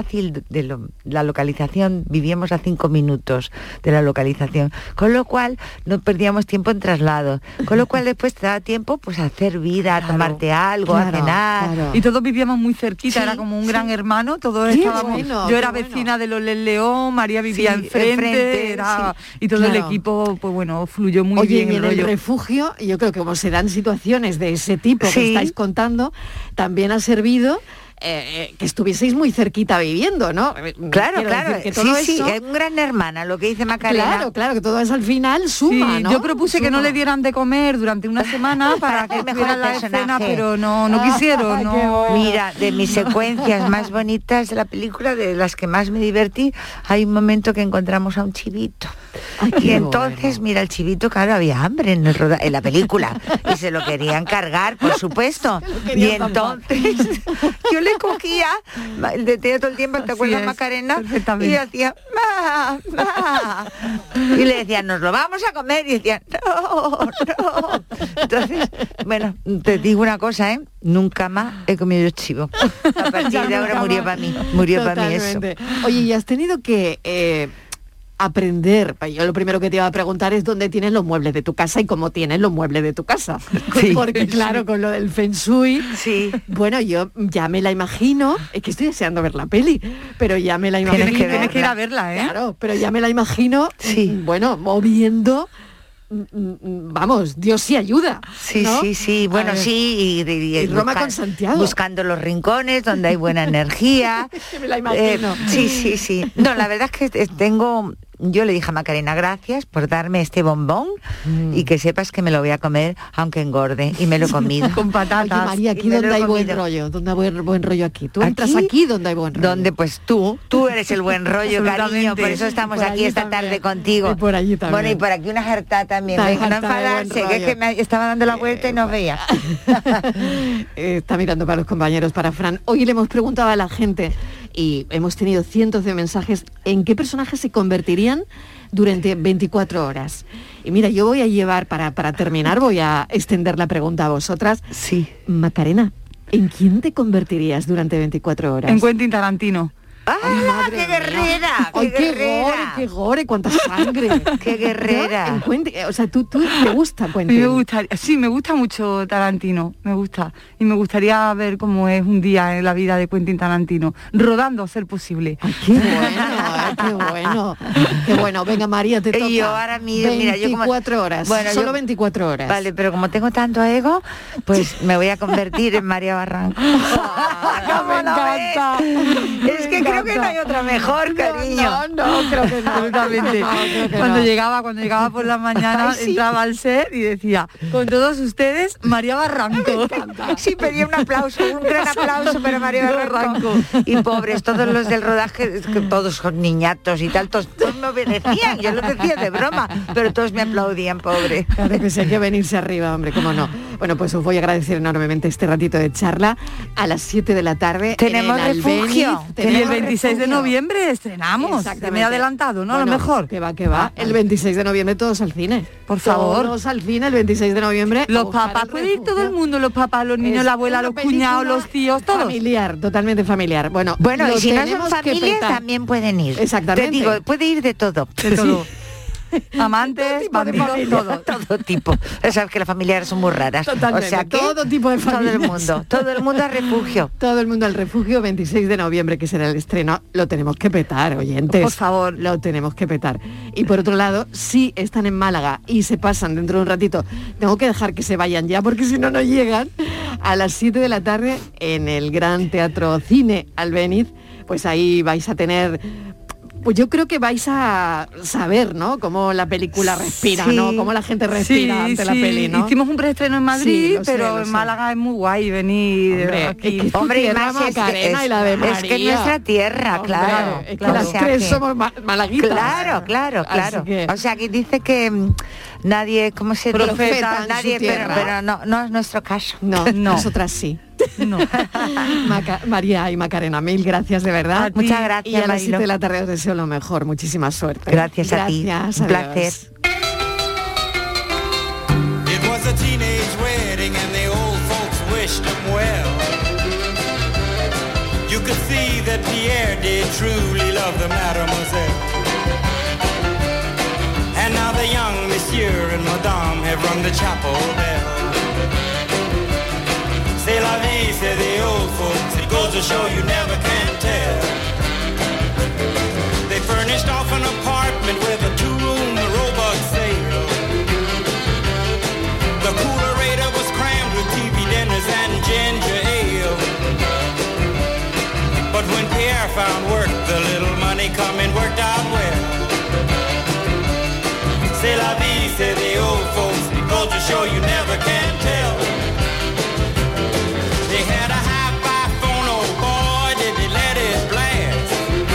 la localización, vivíamos a 5 minutos de la localización, con lo cual no perdíamos tiempo en traslado, con lo cual después te daba tiempo pues a hacer vida, a tomarte algo, a cenar. Y todos vivíamos muy cerquita, era como un gran hermano, todos estábamos, yo era vecina de Loles León, María vivía enfrente, y todo el equipo, pues bueno, fluyó muy bien. Oye, y en el refugio, yo creo que como se dan situaciones de ese tipo que estáis contando, también ha servido que estuvieseis muy cerquita viviendo, ¿no? Claro, Quiero claro, decir que todo sí, eso... es un gran hermana, lo que dice Macarena. Claro, que todo eso al final suma, sí, ¿no? Yo propuse que no le dieran de comer durante una semana para que tuviera la escena, pero no quisieron. No. Mira, de mis secuencias más bonitas de la película, de las que más me divertí, hay un momento que encontramos a un chivito. Y entonces, mira, el chivito, claro, había hambre en la película y se lo querían cargar, por supuesto. Y entonces yo le cogía, le tenía todo el tiempo, ¿te acuerdas, Macarena? Y hacía, ma. Y le decían, nos lo vamos a comer. Y decían, no. Entonces, bueno, te digo una cosa, nunca más he comido chivo. A partir de ahora murió para mí. Murió para mí eso. Oye, ¿y has tenido que aprender? Yo lo primero que te iba a preguntar es dónde tienes los muebles de tu casa y cómo tienes los muebles de tu casa. Sí, porque claro, con lo del Feng Shui, bueno, yo ya me la imagino, es que estoy deseando ver la peli, pero ya me la imagino. Tienes que ir a verla, Claro, pero ya me la imagino, bueno, moviendo... Vamos, Dios sí ayuda. Sí, ¿no? sí, bueno, sí, y Roma con Santiago. Buscando los rincones donde hay buena energía. Me la imagino. Sí. No, la verdad es que yo le dije a Macarena, gracias por darme este bombón y que sepas que me lo voy a comer aunque engorde, y me lo he comido. Con patatas. Oye, María, aquí donde hay buen rollo, donde hay buen rollo aquí. Tú entras aquí donde hay buen rollo. Donde pues tú eres el buen rollo, cariño, por eso estamos aquí esta tarde contigo. Y por allí también. Bueno, y por aquí una jarta también. Venga, no enfadarse, que es que me estaba dando la vuelta y nos veía. Está mirando para los compañeros, para Fran. Hoy le hemos preguntado a la gente y hemos tenido cientos de mensajes en qué personajes se convertirían durante 24 horas. Y mira, yo voy a llevar, para terminar, voy a extender la pregunta a vosotras. Sí. Macarena, ¿en quién te convertirías durante 24 horas? En Quentin Tarantino. ¡Ah, qué guerrera! ¡Ay, qué gore! ¡Cuánta sangre! ¡Qué guerrera! O sea, ¿tú te gusta Quentin? Me gusta mucho Tarantino, me gusta. Y me gustaría ver cómo es un día en la vida de Quentin Tarantino, rodando a ser posible. Ay, qué bueno! ¡Qué bueno! Venga, María, te toca. Y yo ahora, mira, 24 horas, bueno, solo 24 horas. Vale, pero como tengo tanto ego, pues me voy a convertir en María Barranco. ¡Me encanta! Es que creo que no hay otra mejor, cariño. No, creo que no. Absolutamente. Cuando llegaba por la mañana, entraba al set y decía, con todos ustedes, María Barranco. Sí, pedía un aplauso, un gran aplauso para María Barranco. Y pobres, todos los del rodaje, todos son niñatos y tal, todos me obedecían, yo lo decía de broma, pero todos me aplaudían, pobre. Claro que sí, hay que venirse arriba, hombre, cómo no. Bueno, pues os voy a agradecer enormemente este ratito de charla. A las 7 de la tarde tenemos refugio. Y el 26 de noviembre estrenamos. Me he adelantado, ¿no? Bueno, a lo mejor. Que va. El 26 de noviembre todos al cine. Por favor. Todos al cine el 26 de noviembre. Los papás, puede ir todo el mundo, los papás, los niños, la abuela, los cuñados, los tíos, todos. Familiar, totalmente familiar. Bueno, y si no son familias también pueden ir. Exactamente. Te digo, puede ir de todo. De todo. Amantes, bandidos, todo tipo. Sabes que las familiares son muy raras. Totalmente, o sea que todo tipo de familias. Todo el mundo al refugio. Todo el mundo al refugio, 26 de noviembre, que será el estreno. Lo tenemos que petar, oyentes. Por favor. Lo tenemos que petar. Y por otro lado, si están en Málaga y se pasan dentro de un ratito, tengo que dejar que se vayan ya, porque si no, no llegan. A las 7 de la tarde, en el Gran Teatro Cine Albéniz, pues ahí vais a tener... Pues yo creo que vais a saber, ¿no? Cómo la película respira, ¿no? Cómo la gente respira ante la peli, ¿no? Hicimos un preestreno en Madrid, pero en Málaga es muy guay venir aquí. Hombre, y más Macarena y la de María. Es que es nuestra tierra, claro. Es que las tres somos malaguitas. Claro. O sea, que dice que nadie, ¿cómo se dice? Profeta nadie, pero no es nuestro caso. No, nosotras sí. No. María y Macarena, mil gracias de verdad. Muchas gracias. Y a las 7 de la tarde os deseo lo mejor, muchísima suerte. Gracias a ti. Un placer. It was a teenage wedding and the old folks wished him well. You could see that Pierre did truly love the mademoiselle. And now the young monsieur and madame have rung the chapel bell. C'est la vie, say the old folks, it goes to show you never can tell. They furnished off an apartment with a 2-room robot sale. The coolerator was crammed with TV dinners and ginger ale. found work, the little money coming worked out well. C'est la vie, say the old folks, the culture show you never can tell. They had a hi-fi phone, oh boy, did they let it blast.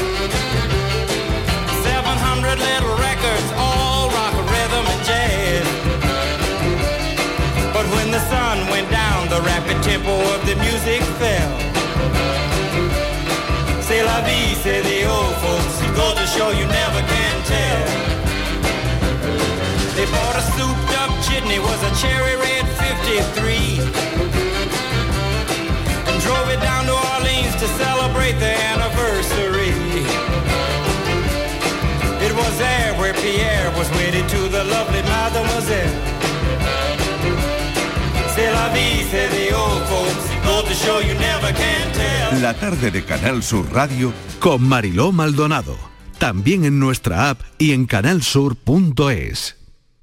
700 little records, all rock, rhythm, and jazz. But when the sun went down, the rapid tempo of the music fell. C'est la vie, say the old folks, the culture show you never can tell. They bought a souped up jitney, was a cherry red 53, and drove it down to Orleans to celebrate the anniversary. It was there where Pierre was wedded to the lovely Mademoiselle. C'est la vie, say the old folks, go to show you never can tell. La tarde de Canal Sur Radio con Mariló Maldonado. También en nuestra app y en canalsur.es.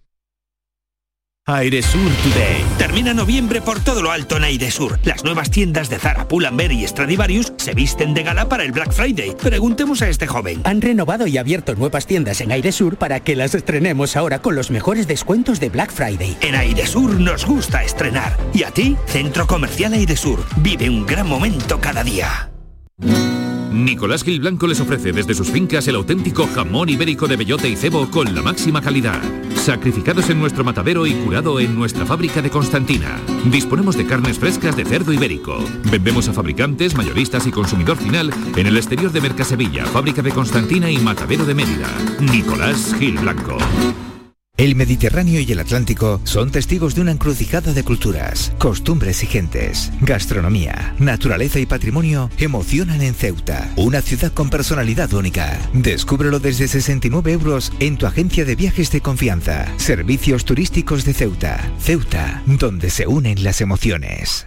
Airesur Today. Termina noviembre por todo lo alto en Airesur. Las nuevas tiendas de Zara, Pull&Bear y Stradivarius se visten de gala para el Black Friday. Preguntemos a este joven. Han renovado y abierto nuevas tiendas en Airesur para que las estrenemos ahora con los mejores descuentos de Black Friday. En Airesur nos gusta estrenar. ¿Y a ti? Centro Comercial Airesur. Vive un gran momento cada día. Nicolás Gil Blanco les ofrece desde sus fincas el auténtico jamón ibérico de bellota y cebo con la máxima calidad. Sacrificados en nuestro matadero y curado en nuestra fábrica de Constantina. Disponemos de carnes frescas de cerdo ibérico. Vendemos a fabricantes, mayoristas y consumidor final en el exterior de Mercasevilla, fábrica de Constantina y matadero de Mérida. Nicolás Gil Blanco. El Mediterráneo y el Atlántico son testigos de una encrucijada de culturas, costumbres y gentes. Gastronomía, naturaleza y patrimonio emocionan en Ceuta, una ciudad con personalidad única. Descúbrelo desde 69 € en tu agencia de viajes de confianza. Servicios turísticos de Ceuta. Ceuta, donde se unen las emociones.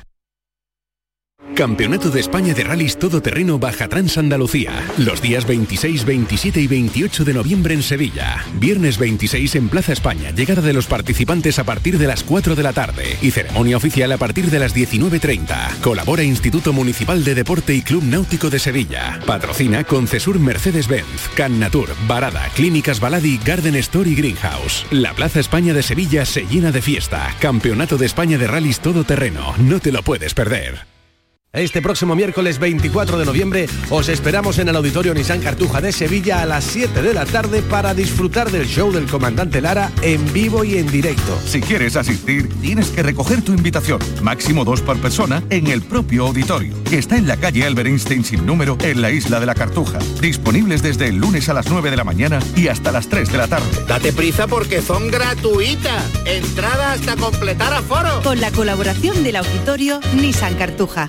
Campeonato de España de Rallys Todoterreno Baja Trans Andalucía. Los días 26, 27 y 28 de noviembre en Sevilla. Viernes 26 en Plaza España. Llegada de los participantes a partir de las 4 de la tarde. Y ceremonia oficial a partir de las 19:30. Colabora Instituto Municipal de Deporte y Club Náutico de Sevilla. Patrocina Concesur Mercedes-Benz, Cannatur, Barada, Clínicas Baladi, Garden Store y Greenhouse. La Plaza España de Sevilla se llena de fiesta. Campeonato de España de Rallys Todoterreno. No te lo puedes perder. Este próximo miércoles 24 de noviembre os esperamos en el Auditorio Nissan Cartuja de Sevilla a las 7 de la tarde para disfrutar del show del Comandante Lara en vivo y en directo. Si quieres asistir, tienes que recoger tu invitación, máximo 2 por persona, en el propio auditorio, que está en la calle Albert Einstein sin número, en la isla de la Cartuja. Disponibles desde el lunes a las 9 de la mañana y hasta las 3 de la tarde. Date prisa porque son gratuitas. Entrada hasta completar aforo. Con la colaboración del Auditorio Nissan Cartuja.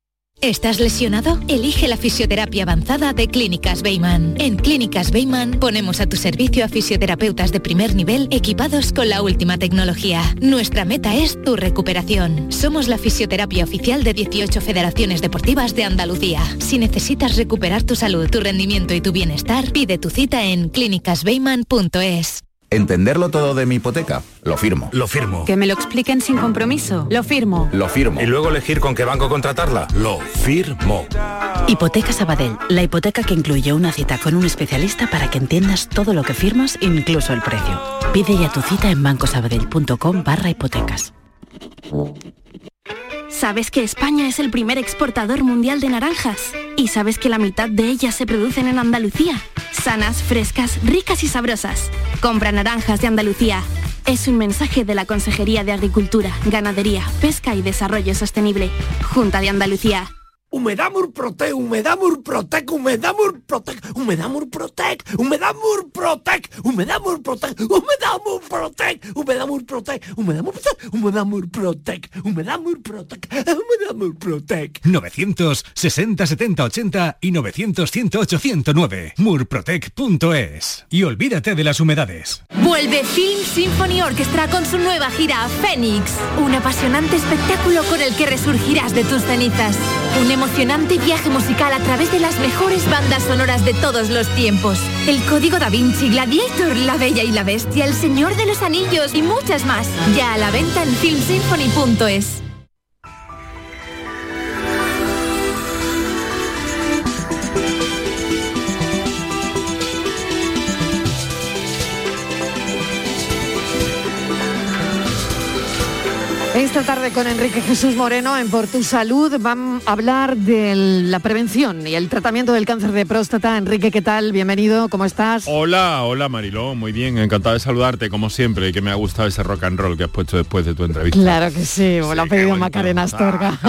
¿Estás lesionado? Elige la fisioterapia avanzada de Clínicas Beiman. En Clínicas Beiman ponemos a tu servicio a fisioterapeutas de primer nivel equipados con la última tecnología. Nuestra meta es tu recuperación. Somos la fisioterapia oficial de 18 federaciones deportivas de Andalucía. Si necesitas recuperar tu salud, tu rendimiento y tu bienestar, pide tu cita en clínicasbeiman.es. ¿Entenderlo todo de mi hipoteca? Lo firmo. Lo firmo. Que me lo expliquen sin compromiso. Lo firmo. Lo firmo. Y luego elegir con qué banco contratarla. Lo firmo. Hipoteca Sabadell, la hipoteca que incluye una cita con un especialista para que entiendas todo lo que firmas, incluso el precio. Pide ya tu cita en bancosabadell.com/hipotecas. ¿Sabes que España es el primer exportador mundial de naranjas? ¿Y sabes que la mitad de ellas se producen en Andalucía? Sanas, frescas, ricas y sabrosas. Compra naranjas de Andalucía. Es un mensaje de la Consejería de Agricultura, Ganadería, Pesca y Desarrollo Sostenible. Junta de Andalucía. Humedad Murprotec, Humedad Murprotec, Humedad Murprotec, Humedad Murprotec, Humedad Murprotec, Humedad Murprotec, Humedad Murprotec, Humedad Murprotec, Humedad Murprotec, Humedad Murprotec, Humedad Murprotec, Humedad Murprotec. 960 70 80 y 900 108 109. Murprotec.es. Y olvídate de las humedades. Vuelve Film Symphony Orchestra con su nueva gira Fénix. Un apasionante espectáculo con el que resurgirás de tus cenizas. Un emocionante viaje musical a través de las mejores bandas sonoras de todos los tiempos. El Código Da Vinci, Gladiator, La Bella y la Bestia, El Señor de los Anillos y muchas más. Ya a la venta en filmsymphony.es. Esta tarde con Enrique Jesús Moreno en Por Tu Salud vamos a hablar de la prevención y el tratamiento del cáncer de próstata. Enrique, ¿qué tal? Bienvenido, ¿cómo estás? Hola Mariló, muy bien, encantado de saludarte como siempre, y que me ha gustado ese rock and roll que has puesto después de tu entrevista. Claro que sí, lo ha pedido Macarena Astorga.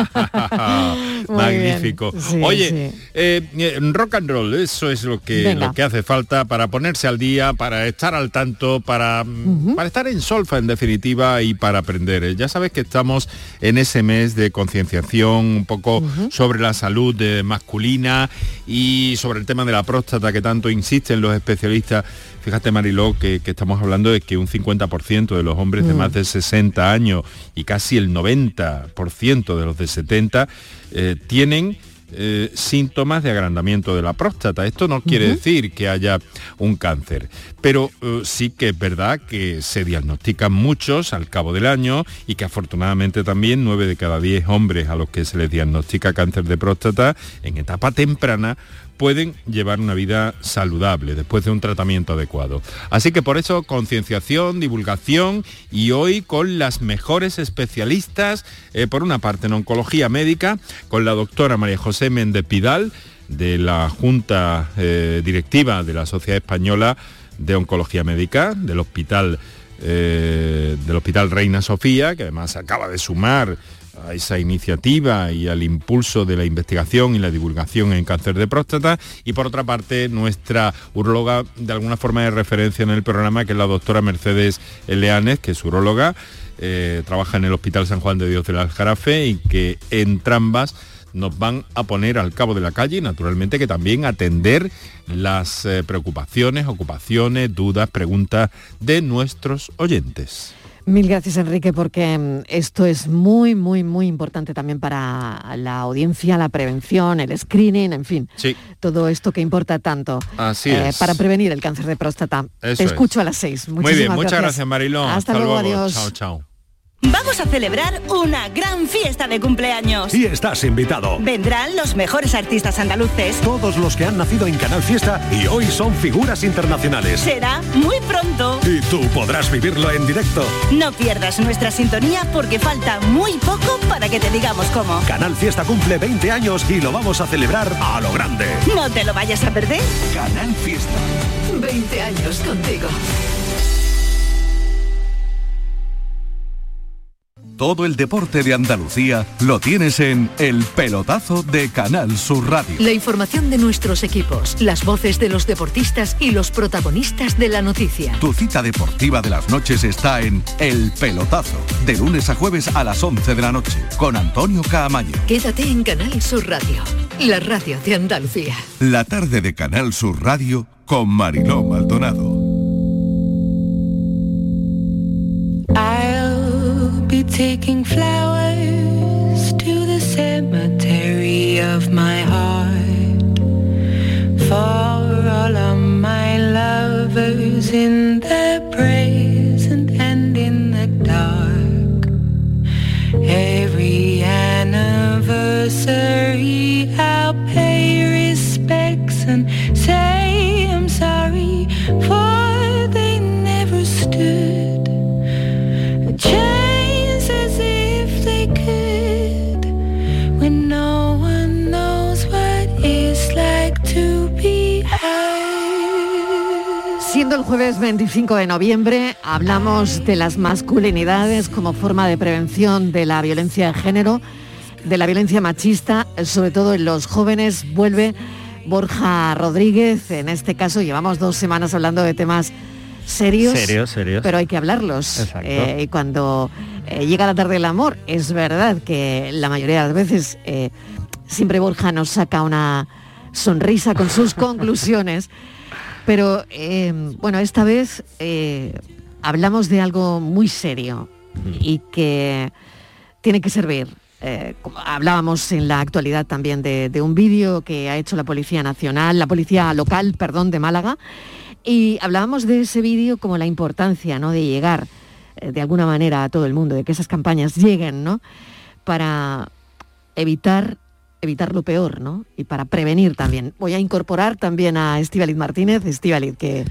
Magnífico. Sí, oye, sí. Rock and roll, eso es lo que hace falta para ponerse al día, para estar al tanto, para estar en solfa en definitiva y para aprender. Ya sabes que estamos en ese mes de concienciación un poco sobre la salud masculina y sobre el tema de la próstata que tanto insisten los especialistas. Fíjate, Mariló, que estamos hablando de que un 50% de los hombres de más de 60 años y casi el 90% de los de 70 tienen síntomas de agrandamiento de la próstata. Esto no quiere decir que haya un cáncer, pero sí que es verdad que se diagnostican muchos al cabo del año y que afortunadamente también 9 de cada 10 hombres a los que se les diagnostica cáncer de próstata en etapa temprana pueden llevar una vida saludable después de un tratamiento adecuado. Así que por eso concienciación, divulgación y hoy con las mejores especialistas, por una parte en oncología médica, con la doctora María José Méndez Pidal, de la Junta Directiva de la Sociedad Española de Oncología Médica, del Hospital Reina Sofía, que además acaba de sumar a esa iniciativa y al impulso de la investigación y la divulgación en cáncer de próstata, y por otra parte nuestra uróloga de alguna forma de referencia en el programa, que es la doctora Mercedes Leanes, que es uróloga, trabaja en el Hospital San Juan de Dios del Aljarafe, y que entrambas nos van a poner al cabo de la calle y naturalmente que también atender las preocupaciones, ocupaciones, dudas, preguntas de nuestros oyentes. Mil gracias, Enrique, porque esto es muy, muy, muy importante también para la audiencia, la prevención, el screening, en fin, todo esto que importa tanto. Así es. Para prevenir el cáncer de próstata. Te escucho a las 6. Muy bien, muchas gracias, Mariló. Hasta luego, adiós. Chao, chao. Vamos a celebrar una gran fiesta de cumpleaños. Y estás invitado. Vendrán los mejores artistas andaluces. Todos los que han nacido en Canal Fiesta y hoy son figuras internacionales. Será muy pronto. Y tú podrás vivirlo en directo. No pierdas nuestra sintonía porque falta muy poco para que te digamos cómo. Canal Fiesta cumple 20 años y lo vamos a celebrar a lo grande. No te lo vayas a perder. Canal Fiesta. 20 años contigo. Todo el deporte de Andalucía lo tienes en El Pelotazo de Canal Sur Radio. La información de nuestros equipos, las voces de los deportistas y los protagonistas de la noticia. Tu cita deportiva de las noches está en El Pelotazo, de lunes a jueves a las 11 de la noche, con Antonio Caamaño. Quédate en Canal Sur Radio, la radio de Andalucía. La tarde de Canal Sur Radio con Mariló Maldonado. Be taking flowers to the cemetery of my heart, for all of my lovers in the present and in the dark. Every anniversary I'll pay respects and say I'm sorry, for they never stood a chance when no one knows what it's like to be high. Siendo el jueves 25 de noviembre, hablamos de las masculinidades como forma de prevención de la violencia de género, de la violencia machista, sobre todo en los jóvenes. Vuelve Borja Rodríguez. En este caso llevamos 2 semanas hablando de temas serios, pero hay que hablarlos. Y cuando llega la tarde del amor, es verdad que la mayoría de las veces siempre Borja nos saca una sonrisa con sus conclusiones, pero bueno, esta vez hablamos de algo muy serio y que tiene que servir. Hablábamos en la actualidad también de un vídeo que ha hecho la Policía Local, de Málaga, y hablábamos de ese vídeo como la importancia, ¿no?, de llegar de alguna manera a todo el mundo, de que esas campañas lleguen, ¿no?, para evitar lo peor, ¿no?, y para prevenir también. Voy a incorporar también a Estíbaliz Martínez. Estíbaliz, que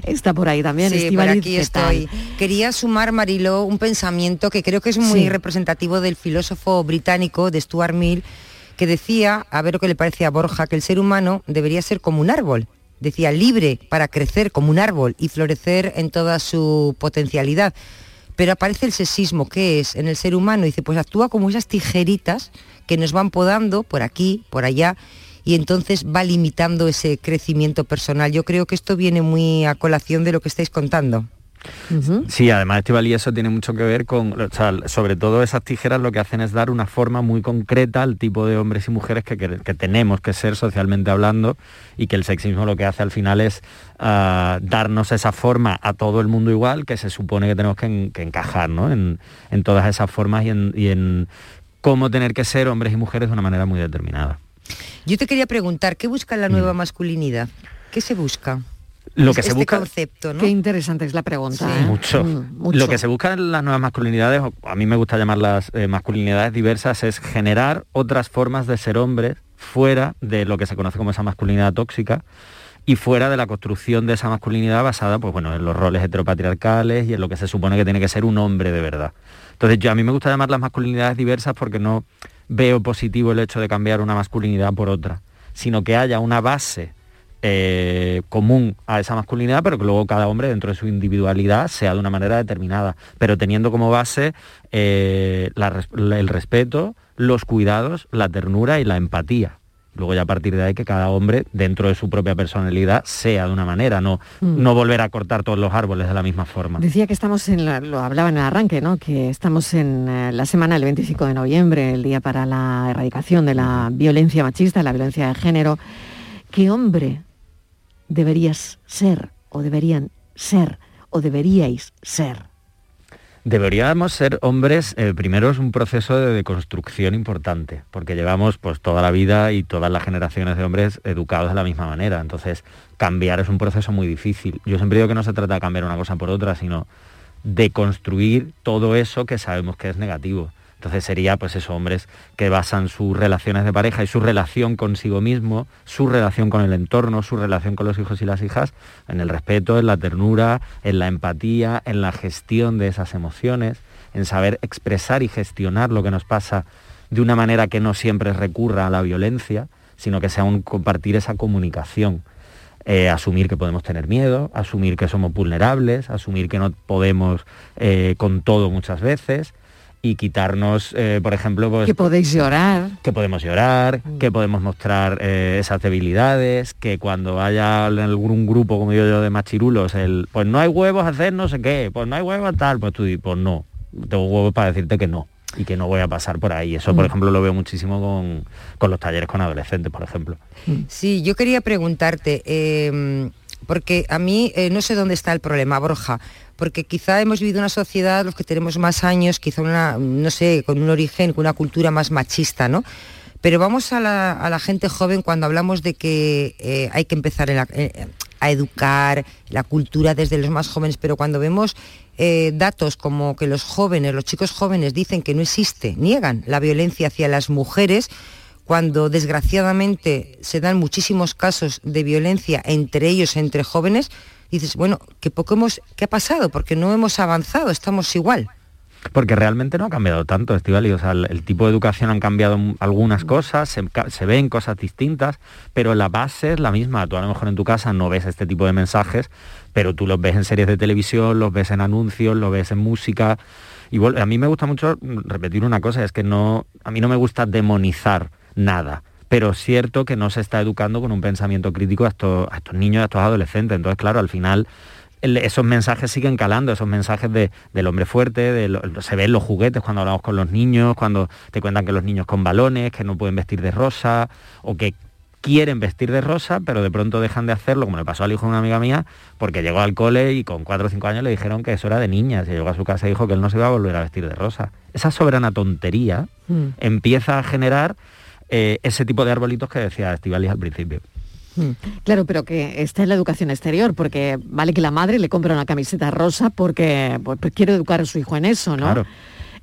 está por ahí también. Sí, Estíbaliz, por aquí estoy. Quería sumar, Mariló, un pensamiento que creo que es muy representativo del filósofo británico de Stuart Mill, que decía, a ver lo que le parece a Borja, que el ser humano debería ser como un árbol. Decía, libre para crecer como un árbol y florecer en toda su potencialidad. Pero aparece el sexismo, ¿qué es? En el ser humano, dice, pues actúa como esas tijeritas que nos van podando por aquí, por allá, y entonces va limitando ese crecimiento personal. Yo creo que esto viene muy a colación de lo que estáis contando. Sí, además, Estíbaliz, eso tiene mucho que ver con, o sea, sobre todo esas tijeras lo que hacen es dar una forma muy concreta al tipo de hombres y mujeres que tenemos que ser socialmente hablando, y que el sexismo lo que hace al final es darnos esa forma a todo el mundo igual, que se supone que tenemos que encajar, ¿no? en todas esas formas y en cómo tener que ser hombres y mujeres de una manera muy determinada. Yo te quería preguntar, ¿qué busca la nueva masculinidad? ¿Qué se busca? Lo que se busca, concepto, ¿no? Qué interesante es la pregunta. Sí, mucho. Lo que se busca en las nuevas masculinidades, a mí me gusta llamarlas masculinidades diversas, es generar otras formas de ser hombres fuera de lo que se conoce como esa masculinidad tóxica y fuera de la construcción de esa masculinidad basada, pues bueno, en los roles heteropatriarcales y en lo que se supone que tiene que ser un hombre de verdad. Entonces, a mí me gusta llamarlas masculinidades diversas porque no veo positivo el hecho de cambiar una masculinidad por otra, sino que haya una base común a esa masculinidad, pero que luego cada hombre dentro de su individualidad sea de una manera determinada, pero teniendo como base el respeto, los cuidados, la ternura y la empatía. Luego ya a partir de ahí que cada hombre dentro de su propia personalidad sea de una manera, no volver a cortar todos los árboles de la misma forma. Decía que estamos lo hablaba en el arranque, ¿no? Que estamos en la semana del 25 de noviembre, el día para la erradicación de la violencia machista, la violencia de género. ¿Qué hombre deberías ser, o deberían ser, o deberíais ser? Deberíamos ser hombres, primero es un proceso de deconstrucción importante, porque llevamos pues toda la vida y todas las generaciones de hombres educados de la misma manera, entonces cambiar es un proceso muy difícil. Yo siempre digo que no se trata de cambiar una cosa por otra, sino de construir todo eso que sabemos que es negativo. Entonces sería pues esos hombres que basan sus relaciones de pareja y su relación consigo mismo, su relación con el entorno, su relación con los hijos y las hijas, en el respeto, en la ternura, en la empatía, en la gestión de esas emociones, en saber expresar y gestionar lo que nos pasa de una manera que no siempre recurra a la violencia, sino que sea un compartir esa comunicación. Asumir que podemos tener miedo, asumir que somos vulnerables, asumir que no podemos con todo muchas veces, y quitarnos, por ejemplo, pues, que podéis llorar. Que podemos llorar, que podemos mostrar esas debilidades, que cuando haya en algún grupo, como yo de machirulos, pues no hay huevos a hacer no sé qué, pues no hay huevos tal, pues tú dices, pues no, tengo huevos para decirte que no, y que no voy a pasar por ahí. Eso, por ejemplo, lo veo muchísimo con los talleres con adolescentes, por ejemplo. Sí, yo quería preguntarte, porque a mí no sé dónde está el problema, Borja, porque quizá hemos vivido una sociedad, los que tenemos más años, quizá no sé, con un origen, con una cultura más machista, ¿no? Pero vamos a la gente joven cuando hablamos de que hay que empezar a educar la cultura desde los más jóvenes, pero cuando vemos datos como que los chicos jóvenes dicen que no existe, niegan la violencia hacia las mujeres, cuando desgraciadamente se dan muchísimos casos de violencia entre ellos, entre jóvenes, dices, bueno, ¿qué ha pasado? Porque no hemos avanzado, estamos igual. Porque realmente no ha cambiado tanto, Estíbaliz. O sea, el tipo de educación han cambiado algunas cosas, se ven cosas distintas, pero la base es la misma. Tú a lo mejor en tu casa no ves este tipo de mensajes, pero tú los ves en series de televisión, los ves en anuncios, los ves en música. Y a mí me gusta mucho repetir una cosa, es que a mí no me gusta demonizar nada, pero es cierto que no se está educando con un pensamiento crítico a estos niños, a estos adolescentes. Entonces, claro, al final esos mensajes siguen calando, esos mensajes del hombre fuerte, se ven los juguetes cuando hablamos con los niños, cuando te cuentan que los niños con balones, que no pueden vestir de rosa, o que quieren vestir de rosa, pero de pronto dejan de hacerlo, como le pasó al hijo de una amiga mía, porque llegó al cole y con 4 o 5 años le dijeron que eso era de niñas, y llegó a su casa y dijo que él no se iba a volver a vestir de rosa. Esa soberana tontería empieza a generar ese tipo de arbolitos que decía Estíbaliz al principio. Claro, pero que está en la educación exterior, porque vale que la madre le compra una camiseta rosa porque pues quiere educar a su hijo en eso, ¿no? Claro.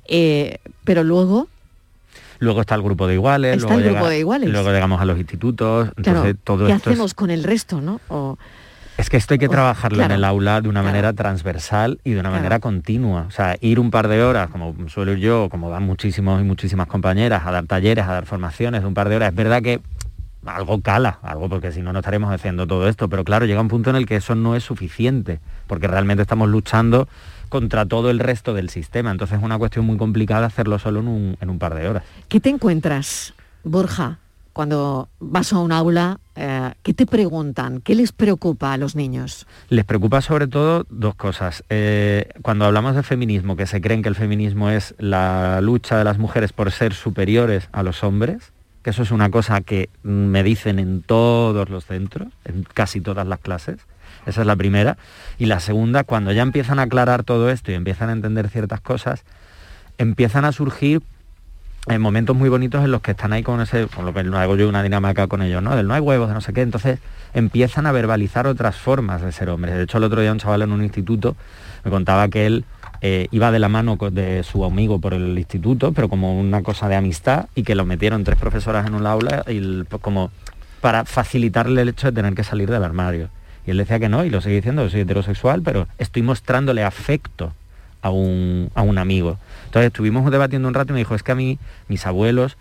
Pero luego está el grupo de iguales. Luego llegamos a los institutos. Entonces, claro, todo ¿qué esto hacemos con el resto, no? Es que esto hay que trabajarlo en el aula de una manera transversal y de una manera continua. O sea, ir un par de horas, como suelo ir yo, como dan muchísimos y muchísimas compañeras, a dar talleres, a dar formaciones de un par de horas. Es verdad que algo cala, porque si no, no estaremos haciendo todo esto. Pero claro, llega un punto en el que eso no es suficiente, porque realmente estamos luchando contra todo el resto del sistema. Entonces es una cuestión muy complicada hacerlo solo en un par de horas. ¿Qué te encuentras, Borja, cuando vas a un aula? ¿Qué te preguntan? ¿Qué les preocupa a los niños? Les preocupa sobre todo dos cosas. Cuando hablamos de feminismo, que se creen que el feminismo es la lucha de las mujeres por ser superiores a los hombres, que eso es una cosa que me dicen en todos los centros, en casi todas las clases. Esa es la primera. Y la segunda, cuando ya empiezan a aclarar todo esto y empiezan a entender ciertas cosas, empiezan a surgir momentos muy bonitos en los que están ahí con lo que no hago yo una dinámica con ellos, ¿no? Del no hay huevos, de no sé qué. Entonces empiezan a verbalizar otras formas de ser hombres. De hecho, el otro día un chaval en un instituto me contaba que él iba de la mano de su amigo por el instituto, pero como una cosa de amistad, y que lo metieron 3 profesoras en un aula como para facilitarle el hecho de tener que salir del armario. Y él decía que no, y lo sigue diciendo, yo soy heterosexual, pero estoy mostrándole afecto a un amigo. Entonces estuvimos debatiendo un rato y me dijo, es que a mí, mis abuelos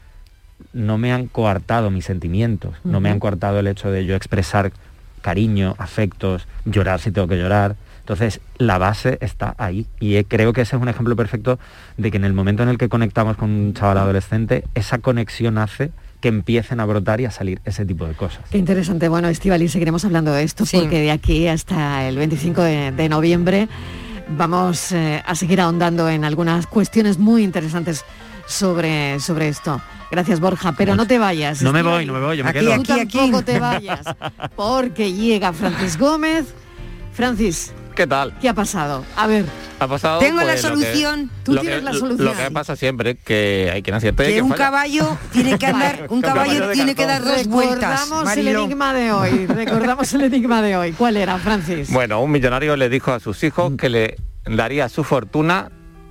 no me han coartado mis sentimientos, no me han coartado el hecho de yo expresar cariño, afectos, llorar si tengo que llorar. Entonces la base está ahí, y creo que ese es un ejemplo perfecto de que en el momento en el que conectamos con un chaval adolescente, esa conexión hace que empiecen a brotar y a salir ese tipo de cosas. Qué interesante. Bueno, Estíbaliz, seguiremos hablando de esto, porque de aquí hasta el 25 de noviembre vamos a seguir ahondando en algunas cuestiones muy interesantes sobre esto. Gracias, Borja, pero no te vayas. No me voy, yo me quedo. Tú tampoco te vayas, porque llega Francis Gómez. Francis, ¿qué tal? ¿Qué ha pasado? A ver. Ha pasado, tengo la solución. Tú tienes la solución. Lo que pasa siempre, que hay quien acierte y que que un falla. Caballo tiene que andar, un caballo tiene que dar 2 vueltas. Recordamos el enigma de hoy. ¿Cuál era, Francis? Bueno, un millonario le dijo a sus hijos que le daría su fortuna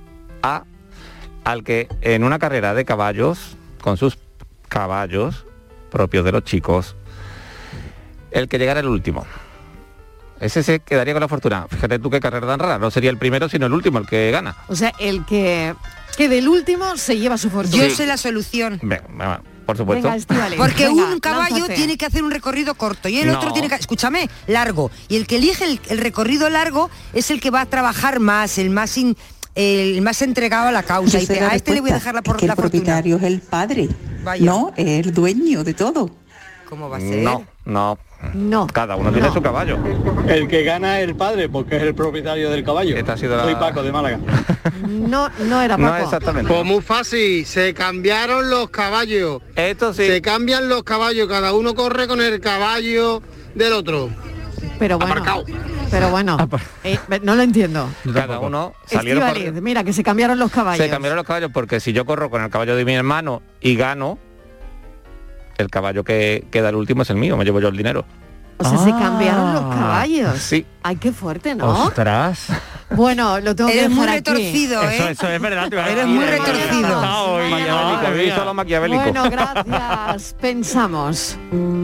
al que en una carrera de caballos, con sus caballos propios de los chicos, el que llegara el último. Ese se quedaría con la fortuna. Fíjate tú qué carrera tan rara. No sería el primero, sino el último el que gana. O sea, el que del último se lleva su fortuna. Yo sé la solución. Venga, por supuesto. Venga, porque un caballo tiene que hacer un recorrido corto y el otro tiene que, escúchame, largo. Y el que elige el recorrido largo es el que va a trabajar más, el más entregado a la causa. Y a este le voy a dejar la fortuna. El propietario es el padre. Vaya. No, es el dueño de todo. ¿Cómo va a ser? No. Cada uno tiene su caballo. El que gana es el padre, porque es el propietario del caballo. Soy Paco de Málaga. No era Paco. No, exactamente. Pues muy fácil, se cambiaron los caballos. Esto sí. Se cambian los caballos, cada uno corre con el caballo del otro. Pero bueno. Aparcado. Pero bueno, no lo entiendo. Cada uno salieron Estíbaliz, mira, que se cambiaron los caballos. Se cambiaron los caballos porque si yo corro con el caballo de mi hermano y gano, el caballo que queda el último es el mío, me llevo yo el dinero. O sea, se cambiaron los caballos. Sí. Ay, qué fuerte, ¿no? ¡Ostras! Bueno, lo tengo que dejar muy aquí. retorcido, ¿eh? Eso es verdad. Eres muy retorcido. Maquiavélico. Bueno, gracias. Pensamos.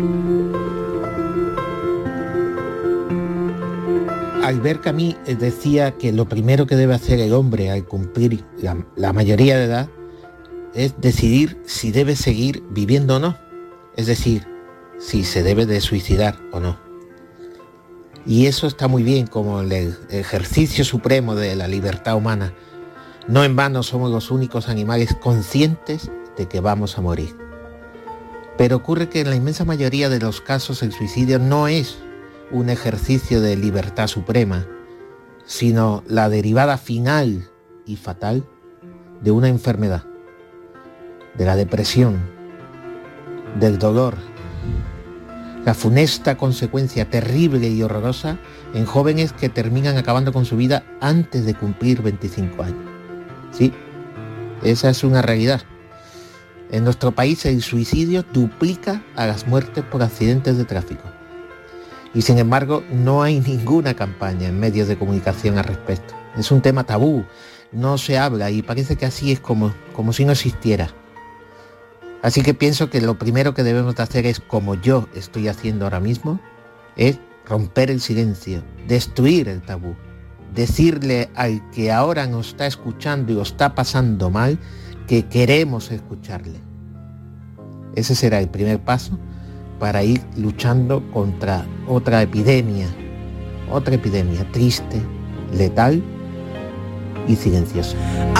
Albert Camus decía que lo primero que debe hacer el hombre al cumplir la mayoría de edad es decidir si debe seguir viviendo o no. Es decir, si se debe de suicidar o no. Y eso está muy bien como el ejercicio supremo de la libertad humana. No en vano somos los únicos animales conscientes de que vamos a morir. Pero ocurre que en la inmensa mayoría de los casos el suicidio no es un ejercicio de libertad suprema, sino la derivada final y fatal de una enfermedad, de la depresión, del dolor, la funesta consecuencia terrible y horrorosa en jóvenes que terminan acabando con su vida antes de cumplir 25 años. Sí, esa es una realidad. En nuestro país el suicidio duplica a las muertes por accidentes de tráfico. Y sin embargo no hay ninguna campaña en medios de comunicación al respecto. Es un tema tabú, no se habla y parece que así es como si no existiera. Así que pienso que lo primero que debemos de hacer es, como yo estoy haciendo ahora mismo, es romper el silencio, destruir el tabú, decirle al que ahora nos está escuchando y lo está pasando mal que queremos escucharle. Ese será el primer paso para ir luchando contra otra epidemia triste, letal y silenciosa.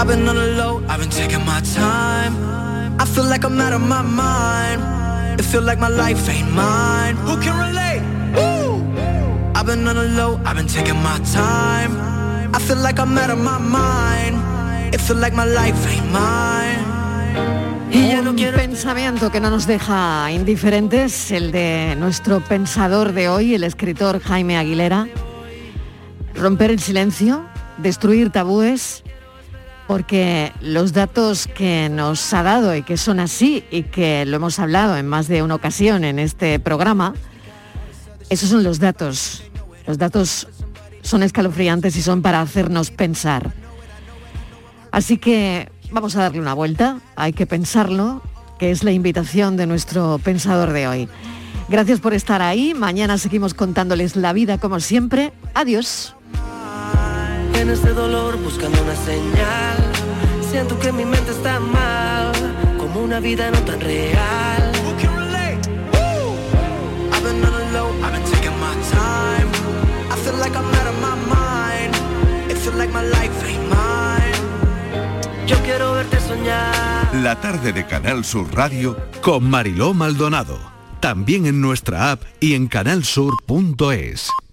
Un pensamiento que no nos deja indiferentes, el de nuestro pensador de hoy, el escritor Jaime Aguilera. Romper el silencio, destruir tabúes, porque los datos que nos ha dado y que son así y que lo hemos hablado en más de una ocasión en este programa, esos son los datos. Los datos son escalofriantes y son para hacernos pensar. Así que vamos a darle una vuelta, hay que pensarlo, que es la invitación de nuestro pensador de hoy. Gracias por estar ahí, mañana seguimos contándoles la vida como siempre. Adiós. En este dolor buscando una señal, siento que mi mente está mal, como una vida no tan real. I've been on the low, I've been taking my time. I feel like I'm out of my mind. It feels like my life ain't mine. Yo quiero verte soñar. La tarde de Canal Sur Radio con Mariló Maldonado. También en nuestra app y en canalsur.es.